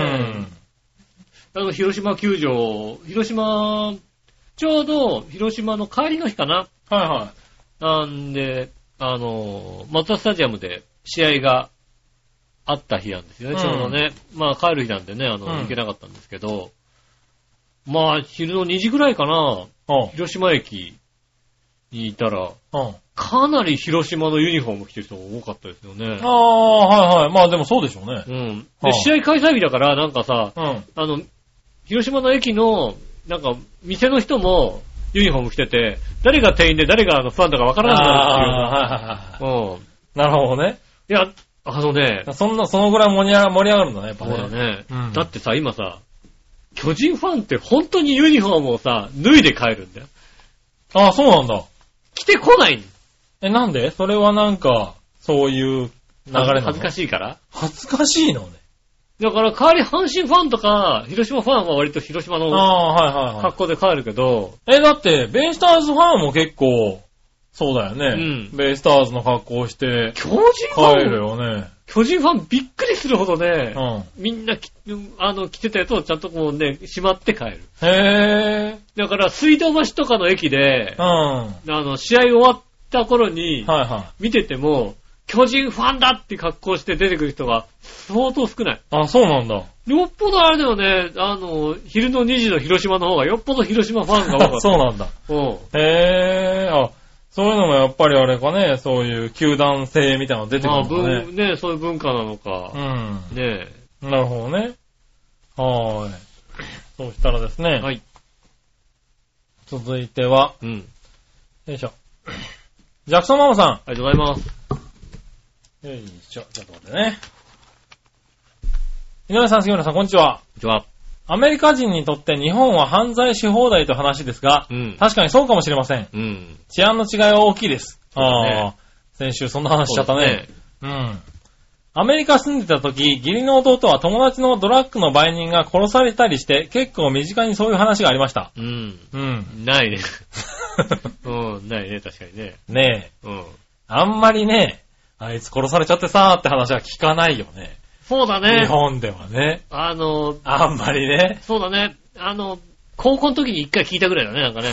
あの、広島球場、広島、ちょうど、広島の帰りの日かな。 はいはい。 なんで、あの、マツダスタジアムで試合があった日なんですよね、うん、ちょうどね。まあ帰る日なんでね、あの、うん、行けなかったんですけど、まあ昼のにじぐらいかな、うん、広島駅にいたら、うん、かなり広島のユニフォーム着てる人が多かったですよね。 ああ、はいはい。まあでもそうでしょうね。 うん。で、試合開催日だから、なんかさ、うん、あの、広島の駅の、なんか、店の人も、ユニフォーム着てて、誰が店員で誰があのファンだかわからなくなるっていう。うん。 なるほどね。 いや、あのね。 そんな、そのぐらい盛り上が、盛り上がるんだね、やっぱね。 そうだね。うん、だってさ、今さ、巨人ファンって本当にユニフォームをさ、脱いで帰るんだよ。 ああ、そうなんだ。 着てこないんえ、なんで？それはなんか、そういう流れなの？ 恥ずかしいから恥ずかしいのね。 だから代わり阪神ファンとか、広島ファンは割と広島の格好で帰るけど。 はいはいはい、え、だって、ベイスターズファンも結構、そうだよね。うん。ベイスターズの格好をして、 巨人ファン帰るよね。 巨人ファンびっくりするほどね、うん、みんなき、あの、着てたやつをちゃんとこうね、しまって帰る。 へー。 だから、水道橋とかの駅で、うん。あの、試合終わった頃に、はいはい。見てても、巨人ファンだって格好して出てくる人が相当少ない。 あ、そうなんだ。 よっぽどあれだよね、あの、昼のにじの広島の方がよっぽど広島ファンが多かった。 そうなんだ。うん。へー。あ、そういうのもやっぱりあれかね、そういう球団性みたいなの出てくるのかね。 まあ、ね、そういう文化なのか。 うん。 ねえ。なるほどね。はーい。そうしたらですね。 はい。 続いては、 うん。 よいしょ。ジャクソンママさん。 ありがとうございます。 よいしょ。ちょっと待ってね。井上さん、杉村さん、こんにちは。 こんにちは。 アメリカ人にとって日本は犯罪し放題という話ですが、うん、確かにそうかもしれません。うん、治安の違いは大きいです。ね、ああ、先週そんな話しちゃったね。うねうん。アメリカ住んでた時、義理の弟は友達のドラッグの売人が殺されたりして、結構身近にそういう話がありました。 うん。うん。ないね。うん、ないね、確かにね。 ねえ。うん。あんまりね、あいつ殺されちゃってさーって話は聞かないよね。 そうだね。 日本ではね。 あの、 あんまりね。 そうだね。あの、高校の時に一回聞いたぐらいだね、なんかね。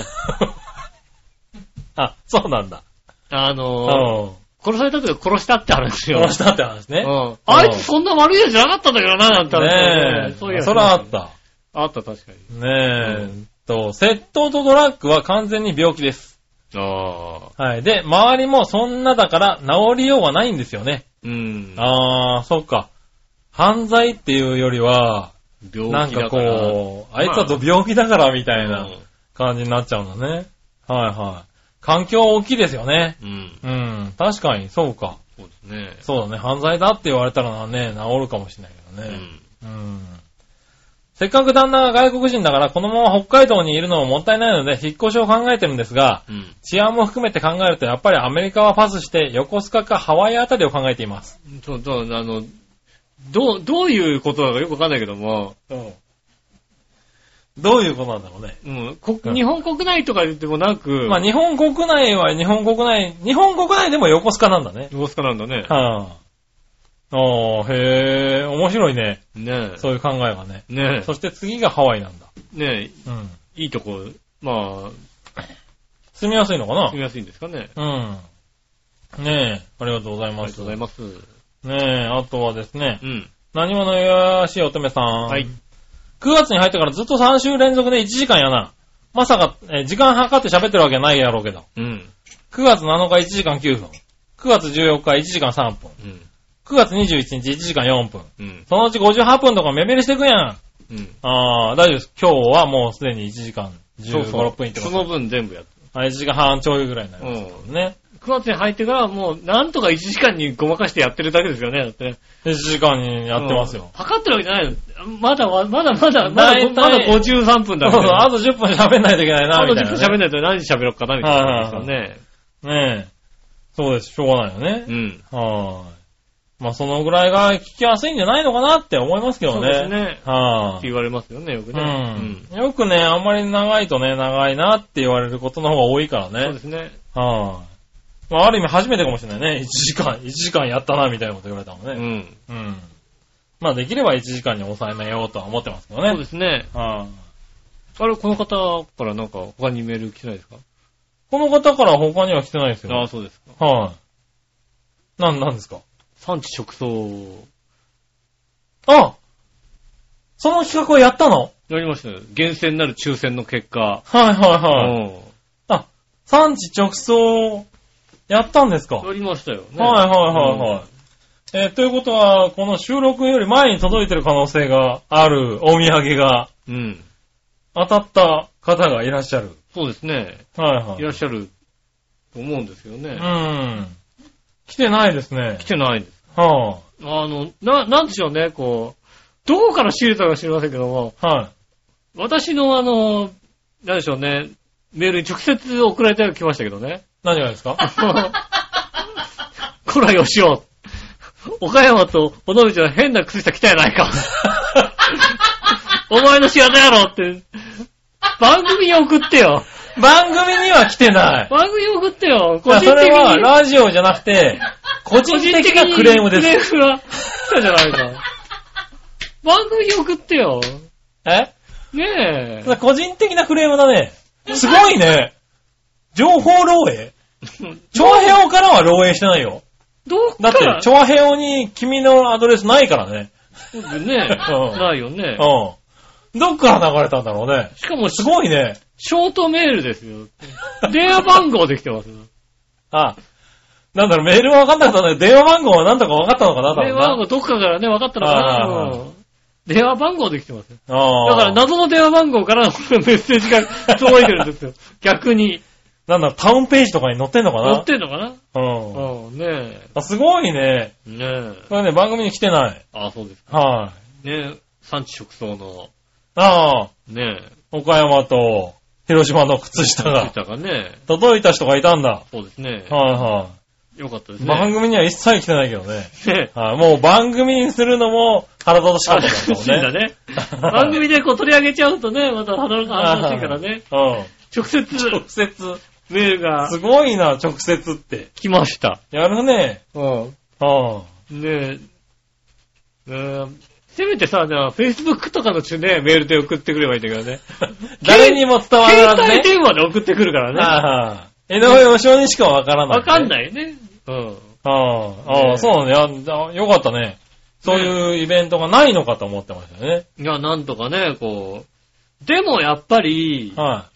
あ、そうなんだ。 あの、殺されたときは殺したって話よ。 殺したって話ね。 うん。あいつそんな悪いやつじゃなかったんだけどな、なんて話ね。ねえ。そういうやつ。それはあった。 あった、確かに。 ねえ。うん、と、窃盗とドラッグは完全に病気です。 ああ。 はい。で、周りもそんなだから治りようがないんですよね。 うん。 ああ、そっか。犯罪っていうよりは、 病気だから。 なんかこう、あいつは病気だからみたいな感じになっちゃうんだね。はいはい。環境大きいですよね。うん。うん。確かに、そうか。 そうですね。 そうだね。犯罪だって言われたらね、治るかもしれないけどね。うん。うん。せっかく旦那が外国人だから、このまま北海道にいるのももったいないので、引っ越しを考えてるんですが、うん、治安も含めて考えると、やっぱりアメリカはパスして、横須賀かハワイあたりを考えています。 そう、そう、あの、どう、どういうことなのかよくわかんないけども、うん。 どういうことなんだろうね。 うん。こ日本国内とか言ってもなく。 まあ日本国内は日本国内、日本国内でも横須賀なんだね。 横須賀なんだね。 はあ。ああ、へえ、面白いね。 ねえ。 そういう考えがね。 ねえ。 そして次がハワイなんだ。 ねえ。うん。いいとこ、まあ。 住みやすいのかな？ 住みやすいんですかね。 うん。ねえ、ありがとうございます。ありがとうございます。 ねえ、あとはですね。 うん。 何者よやしい乙女さん。 はい。 くがつに入ってからずっとさん週連続でいちじかんやな。まさか、えー、時間計って喋ってるわけないやろうけど。 うん。 くがつなのかいちじかんきゅうふん。くがつじゅうよっかいちじかんさんぷん。うん。くがつにじゅういちにちいちじかんよんぷん。うん。そのうちごじゅうはっぷんとか目減りしていくやん。 うん。 ああ、大丈夫です。今日はもうすでにいちじかんじゅうご、ろっぷんいってます。 その分全部やってる。いちじかんはんちょいぐらいになりますけどね。 くがつに入ってからもうなんとかいちじかんにごまかしてやってるだけですよね、だってね。 いちじかんにやってますよ。 測ってるわけじゃないの。まだまだまだまだまだまだごじゅうさんぷんだけど。 あとじゅっぷん喋んないといけないな、みたいな、ね。 あとじゅっぷん喋んないと何喋ろうかな、みたいなですよね。 ねえ。そうです、しょうがないよね。 うん。 はい。まあそのぐらいが聞きやすいんじゃないのかなって思いますけどね。そうですね。はい。って言われますよね、よくね。 うん。よくね、あんまり長いとね、長いなって言われることの方が多いからね。 そうですね。 はい。まあある意味初めてかもしれないね。いちじかん、いちじかんやったなみたいなこと言われたのね。うん。うん。まあできればいちじかんに抑えめようとは思ってますけどね。 そうですね。はい。あれ、この方からなんか他にメール来てないですか？ この方から他には来てないですよ。 ああ、そうですか。 はい。なん、なんですか？ 産地直送。 あ！その企画をやったの？ やりましたよ。厳選なる抽選の結果。 はいはいはい。あ、産地直送、やったんですか？ やりましたよね。 はいはいはいはい。うん、えー、ということは、この収録より前に届いてる可能性があるお土産が、うん。当たった方がいらっしゃる。 そうですね。 はいはい。 いらっしゃると思うんですよね。 うん。来てないですね。 来てないんです。 はあ。あの、な、なんでしょうね、こう、どこから仕入れたか知りませんけども、 はい。 私のあの、なんでしょうね、メールに直接送られてきましたけどね。 何がですか？ こらよしお。岡山と尾道は変な靴下着たやないか。お前の仕業やろって、番組に送ってよ。 番組には来てない。 番組に送ってよ。 個人的に。それはラジオじゃなくて、個人的なクレームです。 クレームが来たじゃないか。番組に送ってよ。 え？ ねえ。 個人的なクレームだね。すごいね。情報漏洩？チョアヘオからは漏洩してないよ。 どっだって、チョアヘオに君のアドレスないからね。 そうでね。うん、ないよね。 うん。どっから流れたんだろうね。 しかも、 すごいね。 ショートメールですよ。電話番号できてますよ。 あ、なんだろう、メールは分かんなかったんだけど、電話番号はなんとか分かったのかな、多分な。 電話番号どっかからね、分かったのかな。電話番号できてますよ。 あだから謎の電話番号からメッセージが届いてるんですよ。逆に。 なんだろう、タウンページとかに載ってんのかな？ 載ってんのかな？ うん。 うん、ねえ。 あ、すごいね。 ねえ。 これね、番組に来てない。 あ、そうですか。 はい。 ねえ、産地直送の。 ああ。 ねえ。 岡山と広島の靴下が。 靴下がね。 届いた人がいたんだ。 そうですね。 はいはい。 よかったですね。 番組には一切来てないけどね。ねはい。もう番組にするのも腹立たしかったんだね。だね。番組でこう取り上げちゃうとね、また腹立たしいからね。うん。直接。 直接。 メールが。 すごいな、直接って。 来ました。 やるね。 うん。 うん。 ねえ。ねえ。せめてさ、Facebook とかのね、メールで送ってくればいいんだけどね。 誰にも伝わらずね。 携帯電話で送ってくるからね。 ああ。江戸上翔にしかわからない、 ね。わかんないね。うん。 ああ、ああ、そうなんだ。よかったね。そういうイベントがないのかと思ってましたね。 いや、なんとかね、こう。でもやっぱり、 はい。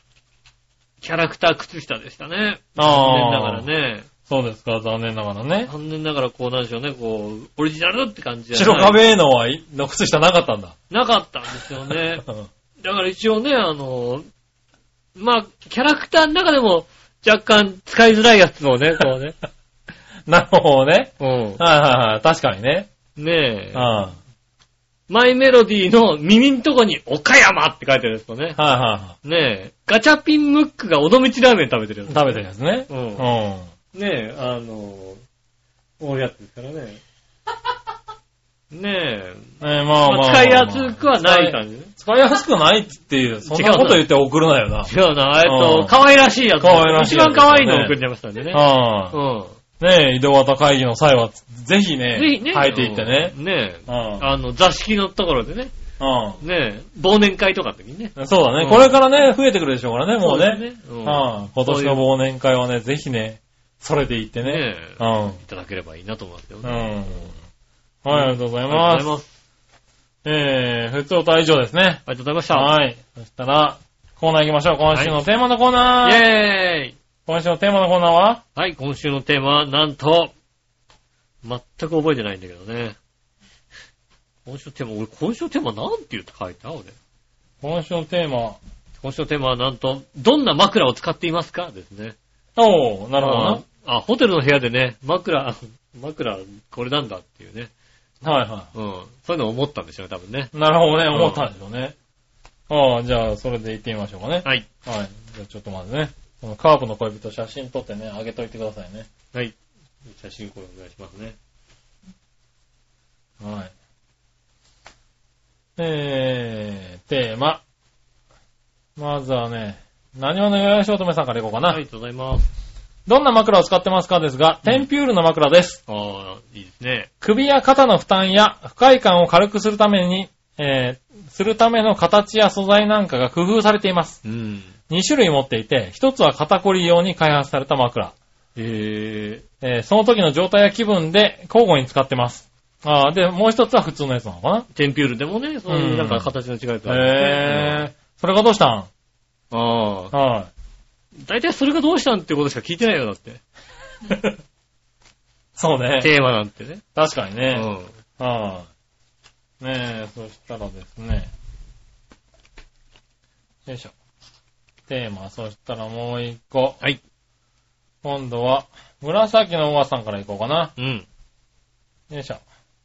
キャラクター靴下でしたね。 ああ。 残念ながらね。 そうですか、残念ながらね。 残念ながらこうなんでしょうね、こう、オリジナルって感じじゃない。白壁のは、の靴下なかったんだ。 なかったんですよね。だから一応ね、あの、まあ、キャラクターの中でも若干使いづらいやつをね、こうね。 なるほどね。 うん。はいはいはい。確かにね。 ねえ。 ああマイメロディーの耳んとこに岡山って書いてるやつとね。 はいはいはい。 ねえ。ガチャピンムックが尾道ラーメン食べてるやつ。 食べてるやつね。 うん。うん。ねえ、あの、こういうやつですからね。ねえ。 えー、まあまあ、まあ。 使いやすくはない感じね。 使いやすくないっていう、そんなこと言って送るなよな。 違うな、えっと、可愛らしいやつ。 可愛らしい一番可愛いのを送りましたんでね。 はい。うん。ねえ、井戸端会議の際は、ぜひね、 ぜひね、 書いていってね。 ねえ、 うん、 あの、座敷のところでね。うん。ねえ、忘年会とかの時にね。 そうだね、うん。これからね、増えてくるでしょうからね、もうね。 そうですね。うん。 今年の忘年会はね、ぜひね、それで行ってね。 ねえ。うん。 いただければいいなと思いますよね。 うん。はい、ありがとうございます。ありがとうございます。えー、ふつおた以上ですね。 ありがとうございました。 はい。そしたら、コーナー行きましょう。今週のテーマのコーナー。 はい、イェーイ。 今週のテーマのコーナーは？ はい、今週のテーマは、なんと、全く覚えてないんだけどね。 今週のテーマ、俺今週のテーマなんて言って書いた俺。 今週のテーマ。 今週のテーマはなんと、どんな枕を使っていますかですね。 おー、なるほどな。 あ、ホテルの部屋でね、枕、枕、これなんだっていうね。 はいはい。 うん。そういうのを思ったんでしょうね、多分ね。 なるほどね、思ったんでしょうね。ああ、じゃあ、それで行ってみましょうかね。 はい。 はい。じゃあ、ちょっとまずね、このカープの恋人写真撮ってね、あげといてくださいね。 はい。写真これお願いしますね。 はい。えー、テーマ。まずはね、何話のよやしおとめさんからいこうかな。 はい、ありがとうございます。 どんな枕を使ってますかですが、テンピュールの枕です。 うん、ああ、いいですね。 首や肩の負担や不快感を軽くするために、えー、するための形や素材なんかが工夫されています。うん。に種類持っていて、一つは肩こり用に開発された枕。へー。えー、その時の状態や気分で交互に使ってます。ああ、で、もう一つは普通のやつなのかな？ テンピュールでもね、そういうなんか形の違いとある、ね。へー。それがどうしたん？ ああ。はい。だいたいそれがどうしたんってことしか聞いてないよ、だって。 そうね。 テーマなんてね。 確かにね。うん。はい、ねえ、そしたらですね。よいしょ。テーマ、そしたらもう一個。はい。今度は、紫のおばさんからいこうかな。うん。よいしょ。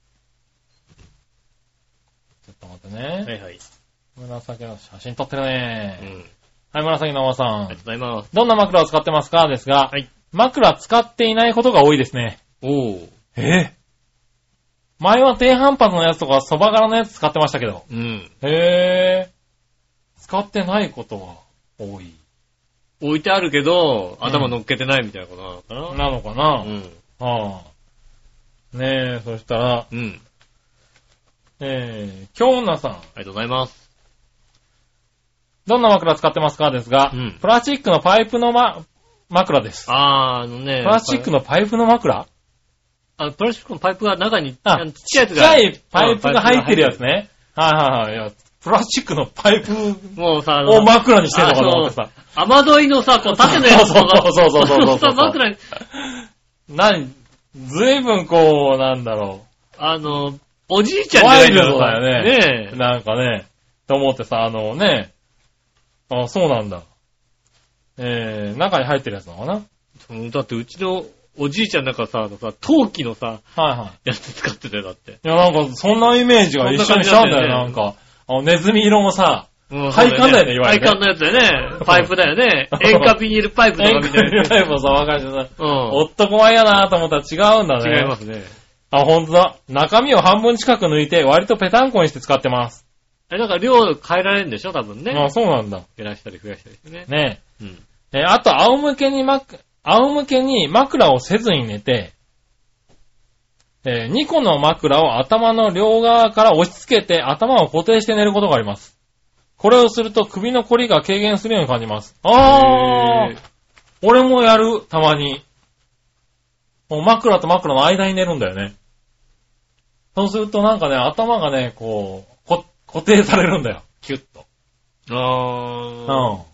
ちょっと待ってね。はいはい。紫の写真撮ってるね。うん。はい、紫のおばさん。ありがとうございます。どんな枕を使ってますかですが、はい。枕使っていないことが多いですね。おー。えー、前は低反発のやつとかそば柄のやつ使ってましたけど。うん。へー。使ってないことは多い。 置いてあるけど、頭乗っけてないみたいなことなのかな、うん、なのかなうん。はあ。ねえ、そしたら、うん。えー、京女さん。ありがとうございます。 どんな枕使ってますかですが、うん、プラスチックのパイプのま、枕です。 あー、あのね。 プラスチックのパイプの枕？ あ、プラスチックのパイプが中に、 あ、ちっちゃいやつが。ちっちゃいパイプが入ってるやつね。はいはいはい。プラスチックのパイプもうさ、を枕にしてるのかと思ってさ。 雨どいのさ、こう縦のやつとか。 そうそうそうそうそうそう。 枕に。 何ずいぶんこう、なんだろう。 あの、おじいちゃんじゃないのだよね。ねえ。なんかね、と思ってさ、あのね、あ、そうなんだ。えー、中に入ってるやつなのかな？ だってうちのおじいちゃんなんかさ、あのさ、陶器のさ、はいはい。やつ使ってたよ、だって。いや、なんか、そんなイメージが一緒にしたんだよ、なんか。あの、ネズミ色もさ、うん、配管だよね、いわゆる、ね。 配管のやつだよね。パイプだよね。塩化ビニールパイプとかみたいな。塩化ビニールパイプもさ、わかるしさ、うん。男前やなと思ったら違うんだね。 違いますね。 あ、ほんとだ。中身を半分近く抜いて、割とペタンコにして使ってます。 え、だから量変えられるんでしょ、多分ね。 あ、そうなんだ。 減らしたり増やしたりしてね。 ねえ。うん。え、あと、仰向けにま、仰向けに枕をせずに寝て、えー、にこの枕を頭の両側から押し付けて頭を固定して寝ることがあります。これをすると首の凝りが軽減するように感じます。あー、俺もやる、たまに。もう枕と枕の間に寝るんだよね。そうするとなんかね、頭がね、こう、こ固定されるんだよ。キュッと。 あー。うん。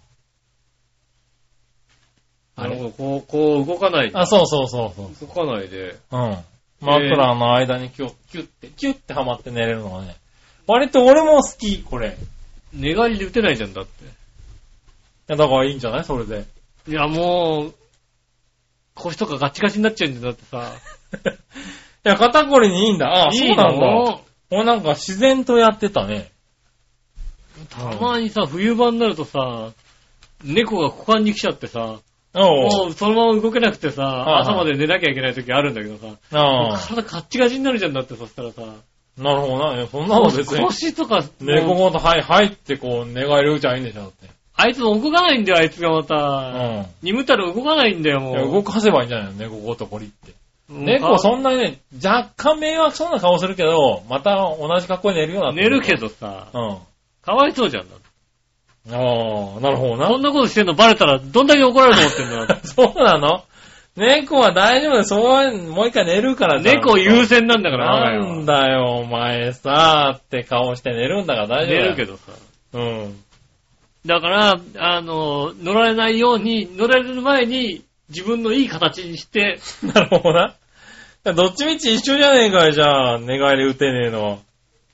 なるほど、こう、こう動かないで。 あ、そうそうそうそう。 動かないで。 うん。枕の間にキュッ、キュッて、キュッてはまって寝れるのがね。割と俺も好き、これ。 寝返りで打てないじゃん、だって。いや、だからいいんじゃないそれで。 いや、もう、腰とかガチガチになっちゃうんだってさ。 いや、肩こりにいいんだ。ああ、そうなんだ。俺なんか自然とやってたね。 たまにさ、冬場になるとさ、猫が股間に来ちゃってさ、もうそのまま動けなくてさ、はあ、朝まで寝なきゃいけない時あるんだけどさ、ああ、体カッチガチになるじゃんだって、そしたらさ。 なるほどな。そんなの別に。 腰とか、 猫ごと入ってこう、寝返り打ちゃいいんでしょ、だって。 あいつも動かないんだよ、あいつがまた。うん。眠たら動かないんだよ、もう。 いや、動かせばいいんじゃないの、猫ごとこりって。猫そんなにね、若干迷惑そうな顔するけど、また同じ格好に寝るようになって。 寝るけどさ、うん。かわいそうじゃんだ。 ああ、なるほどな。 そんなことしてんのバレたらどんだけ怒られると思ってんのだそうなの？猫は大丈夫だよ。そう、もう一回寝るからさ。猫優先なんだから。 なんだよ、お前さ、って顔して寝るんだから大丈夫だよ。 寝るけどさ。うん。だから、あの、乗られないように、乗られる前に自分のいい形にして。 なるほどな。どっちみち一緒じゃねえかよ、じゃあ、寝返り打てねえの。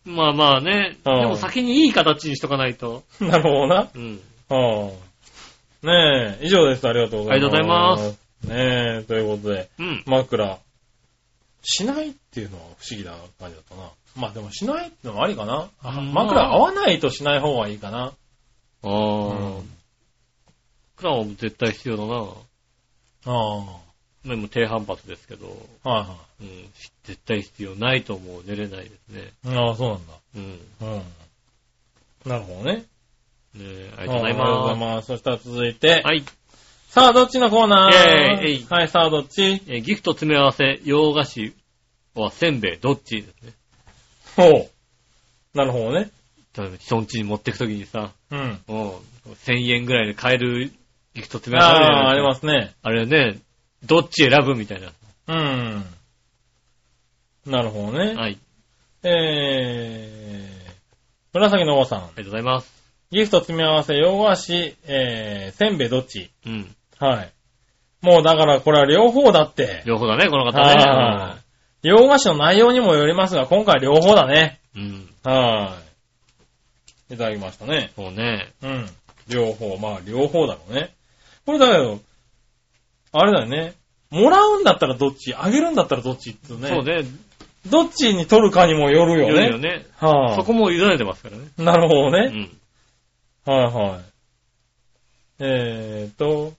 まあまあね。でも先にいい形にしとかないと。 なるほどな。 うん。 はあ、ねえ、以上です。ありがとうございます。 ありがとうございます。 ねえ、ということで、 うん、 枕、しないっていうのは不思議な感じだったな。まあでもしないってのもありかな。あ、枕合わないとしない方がいいかな。ああ、うん。枕は絶対必要だな。 ああ。 でも低反発ですけど。 はいはい。 うん。絶対必要ないともう寝れないですね。 ああ、そうなんだ。 うん。 うん。なるほどね。 ねえ、ありがとうございます。ありがとうございます。 そしたら続いて。 はい。 さあ、どっちのコーナー？ えー、えはい、さあ、どっち？ えー、ギフト詰め合わせ、洋菓子はせんべい、どっちですね。 ほう。なるほどね。 例えば、人ん家に持ってくときにさ、 うん。 うん。せんえんぐらいで買えるギフト詰め合わせ。 ああ、ありますね。 あれね、どっち選ぶみたいな。 うん。なるほどね。 はい。 えー、紫のおばさん。ありがとうございます。 ギフト詰め合わせ、洋菓子、えー、せんべいどっち？ うん。 はい。もうだからこれは両方だって。 両方だね、この方ね。 はい。洋菓子の内容にもよりますが、今回両方だね。 うん。 はい。いただきましたね。 そうね。 うん。両方、まあ両方だろうね。これだけど、あれだよね。もらうんだったらどっち、あげるんだったらどっちってね。 そうね。 どっちに取るかにもよるよね。 よるよね。はあ。そこも委ねてますからね。 なるほどね。 うん。 はいはい。えーと、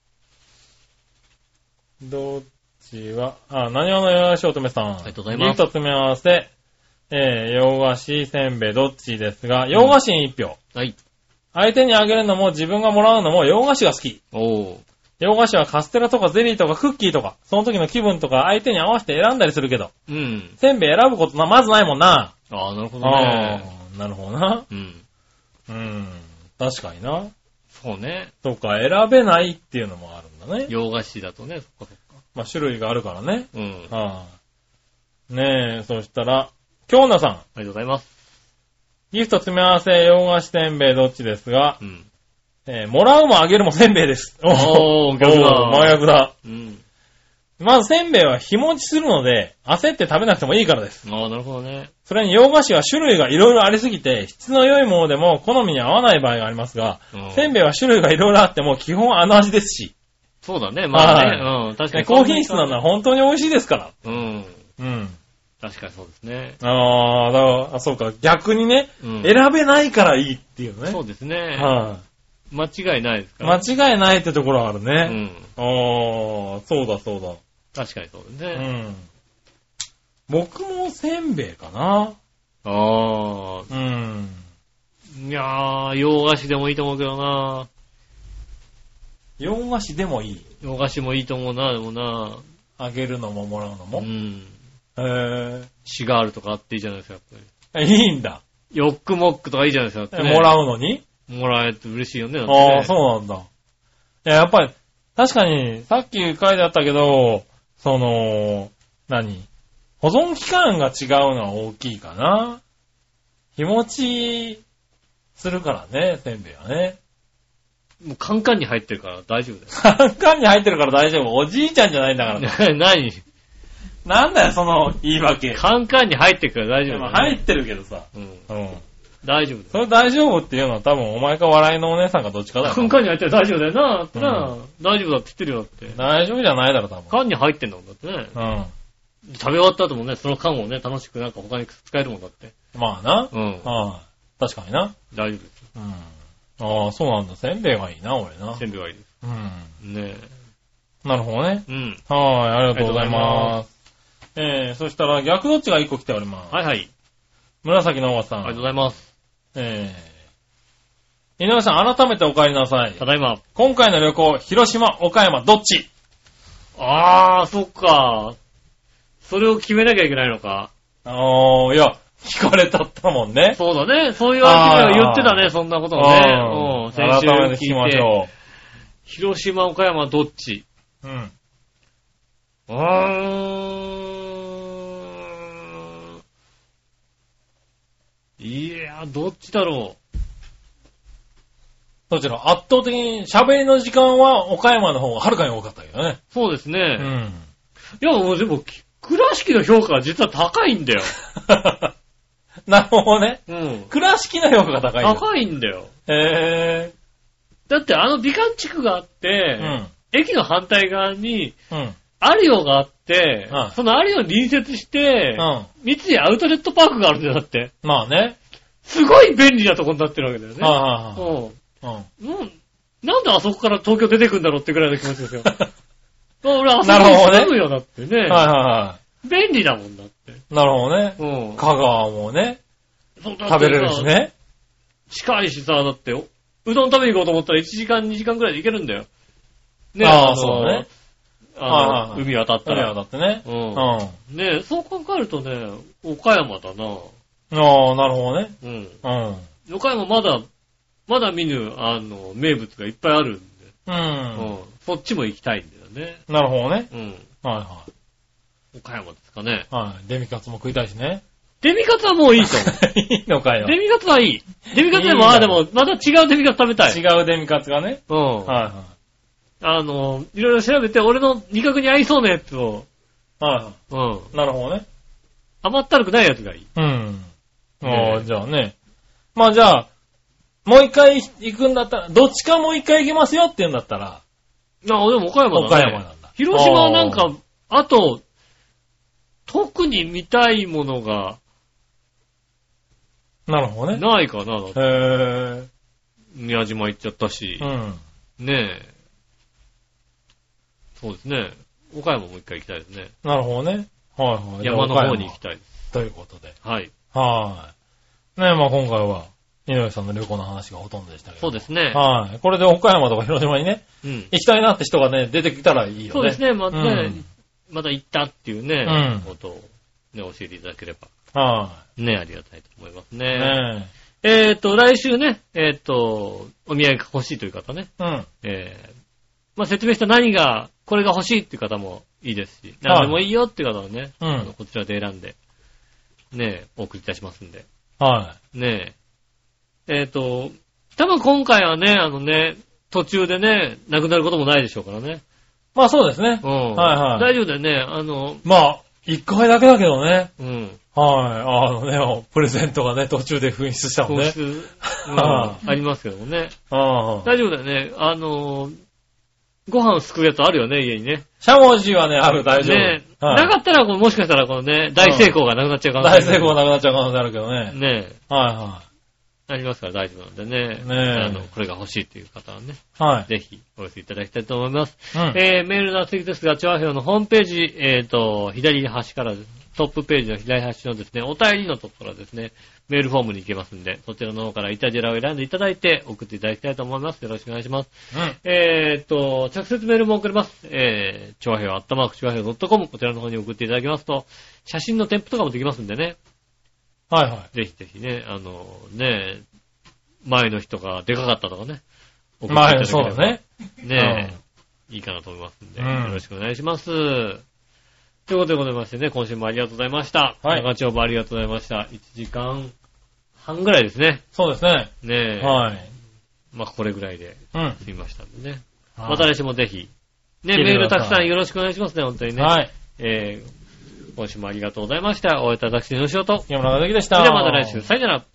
どっちは、あ、何話のよやしおとめさん。 ありがとうございます。 ギフト詰め合わせ、えー、洋菓子、せんべい、どっちですが、洋菓子に一票。 うん、はい。 相手にあげるのも自分がもらうのも洋菓子が好き。 おー。 洋菓子はカステラとかゼリーとかクッキーとか、その時の気分とか相手に合わせて選んだりするけど。 うん。 せんべい選ぶことな、まずないもんな。 ああ、なるほどね。 あなるほどな。 うん。 うん。確かにな。 そうね。 とか、選べないっていうのもあるんだね。 洋菓子だとね、そっかそっか。 まあ、種類があるからね。 うん。 はあ、ねえ、そしたら、京奈さん。ありがとうございます。 ギフト詰め合わせ、洋菓子せんべいどっちですが、 うん。 えー、もらうもあげるもせんべいです。 おー、逆だ。 真逆だ。 うん。 まずせんべいは日持ちするので、焦って食べなくてもいいからです。 ああ、なるほどね。 それに洋菓子は種類がいろいろありすぎて、質の良いものでも好みに合わない場合がありますが、うん、せんべいは種類がいろいろあっても基本あの味ですし。 そうだね、まあね。うん、確かに。 高品質なのは本当に美味しいですから。 うん。 うん。 確かにそうですね。 ああ、だから、あ、そうか。逆にね、うん、選べないからいいっていうね。 そうですね。 はい、 間違いないですから、 ね。間違いないってところあるね。 うん。 ああ、そうだそうだ。 確かにそうですね。 うん。僕もせんべいかな。 ああ。 うん。 いやー、洋菓子でもいいと思うけどな。 洋菓子でもいい。 洋菓子もいいと思うな、でもな。 あげるのももらうのも。 うん。 へぇー。 シガールとかあっていいじゃないですか、やっぱり。いいんだ。 ヨックモックとかいいじゃないですか、 ね。もらうのにもらえて嬉しいよね。 ああ、そうなんだ。いや、やっぱり、確かに、さっき書いてあったけど、その、何保存期間が違うのは大きいかな。日持ちするからね、せんべいはね。 もうカンカンに入ってるから大丈夫だよ。 カンカンに入ってるから大丈夫。おじいちゃんじゃないんだから。 何なんだよ、その言い訳。 カンカンに入ってるから大丈夫だよ、 ね。入ってるけどさ。 うん。うん。大丈夫だよ。 それ大丈夫っていうのは多分お前か笑いのお姉さんかどっちかだよ。 カンカンに入ってる大丈夫だよなってな、うん、大丈夫だって言ってるよって。 大丈夫じゃないだろ、多分。 缶に入ってんだもんだってね。 うん。 食べ終わった後もね、その缶をね、楽しくなんか他に使えるもんだって。 まあな。 うん。 ああ。確かにな。 大丈夫です。 うん。ああ、そうなんだ。せんべいがいいな、俺な。 せんべいがいいです。 うん。 ねえ。なるほどね。 うん。 はい、ありがとうございます。えー、そしたら逆どっちがいっこ来ております。 はいはい。 紫のおばさん。 ありがとうございます。 えー。井上さん、改めてお帰りなさい。 ただいま。 今回の旅行、広島、岡山、どっち？ あー、そっか。それを決めなきゃいけないのか。 あー、いや、聞かれたったもんね。 そうだね。そういうわけでは言ってたね、そんなことをね。うん。先週改めて聞きましょう。 広島、岡山、どっち？ うん。 うーん。いや、どっちだろう。 どちら圧倒的に喋りの時間は岡山の方がはるかに多かったけどね。 そうですね。 うん。 いや、もうでも、倉敷の評価は実は高いんだよ。 なるほどね。 うん。 倉敷の評価が高いんだ。 高いんだよ。 へぇー。だってあの美観地区があって、うん、駅の反対側に、うん、アリオがあって、うん、そのアリオに隣接して、うん、三井アウトレットパークがあるんだよ、だって。 まあね。 すごい便利なとこになってるわけだよね。 ああ、 うん。うん。なんであそこから東京出てくんだろうってぐらいの気持ちですよ。俺あそこに住むよ、だってね。はいはいはい。 便利だもんだって。 なるほどね。うん。香川もね。そうだ食べれるしね。 近いしさ、だって、うどん食べに行こうと思ったらいちじかんにじかんくらいで行けるんだよ。 ね、ああ、そうね。 あの、海渡ったら。 海渡ってね。 うん。ねそう考えるとね、岡山だな。 ああ、なるほどね。 うん。うん。岡山まだ、まだ見ぬ、あの、名物がいっぱいあるんで。 うん。うん。 そっちも行きたいんだよね。 なるほどね。 うん。 はいはい。 岡山ですかね。 はい。デミカツも食いたいしね。 デミカツはもういいと思う。 いいのかよ。 デミカツはいい。デミカツでも、ああ、でも、また違うデミカツ食べたい。 違うデミカツがね。 うん。 はいはい。 あの、いろいろ調べて、俺の味覚に合いそうなやつを。 はいはい。うん。なるほどね。 甘ったるくないやつがいい。 うん。ああ、じゃあね。まあじゃあ、もう一回行くんだったら、どっちかもう一回行けますよって言うんだったら。ああ、でも岡山だね。 岡山なんだ。 広島はなんか、あと、特に見たいものが、 なるほどね。 ないかな。 へぇ宮島行っちゃったし。 うん。 ねえ。そうですね。岡山もう一回行きたいですね。 なるほどね。はいはい。 山の方に行きたいです。 ということで。 はい。 はい。ねえ、まあ今回は、井上さんの旅行の話がほとんどでしたけど。 そうですね。 はい。これで岡山とか広島にね、 うん、 行きたいなって人がね、出てきたらいいよね。 そうですね。またね、うん、また行ったっていうね、うん、ことをね、教えていただければ。 はい。 ね、ありがたいと思いますね。ねえ。えっと、来週ね、えっと、お土産が欲しいという方ね。 うん。 えー、まあ説明した何が、これが欲しいっていう方もいいですし、何でもいいよっていう方はね、 うん、 あのこちらで選んで、ね、お送りいたしますんで。 はい。 ねえ。えっと、多分今回はね、あのね、途中でね、なくなることもないでしょうからね。 まあそうですね。 うん。 はいはい。 大丈夫だよね、あの。 まあ、一回だけだけどね。 うん。 はい。あのね、プレゼントがね、途中で紛失したもんね。紛失、うん、ありますけどもね。 あ大丈夫だよね。あの、ご飯すくうやつあるよね、家にね。 しゃもじはね、ある、大丈夫。 ねえ。はい、なかったら、もしかしたら、このね、大成功がなくなっちゃう可能性、 大成功がなくなっちゃう可能性あるけどね。 ねえ。 はいはい。 ありますから大丈夫なんでね。 ねえ。 あの、これが欲しいっていう方はね。 はい。 ぜひ、お寄せいただきたいと思います。 うん、 えー、メールの次ですが、チョアヘオのホームページ、えっと、左端から、トップページの左端のですね、お便りのところからですね、メールフォームに行けますんで、そちらの方からイタジェラを選んでいただいて送っていただきたいと思います。よろしくお願いします。 うん、 えーっと、直接メールも送れます。えー、チョアヘオアットマークチョアヘオ .com こちらの方に送っていただきますと、写真の添付とかもできますんでね。 はいはい。 ぜひぜひね、あの、ね、前の人がでかかったとかね。 送っていただければそうだね。 ねえ、うん、いいかなと思いますんで、うん、よろしくお願いします。ということでございましてね、今週もありがとうございました。 はい。 長丁場ありがとうございました。いちじかんはんぐらいですね。 そうですね。 ねえ。 はい。 まあ、これぐらいで、 うん。 済みましたんでね。はい、また来週もぜひ、ね、メールたくさんよろしくお願いしますね、本当にね。 はい。 えー、今週もありがとうございました。お会いいただきの仕事。 山中的でした。 それではまた来週、さよなら。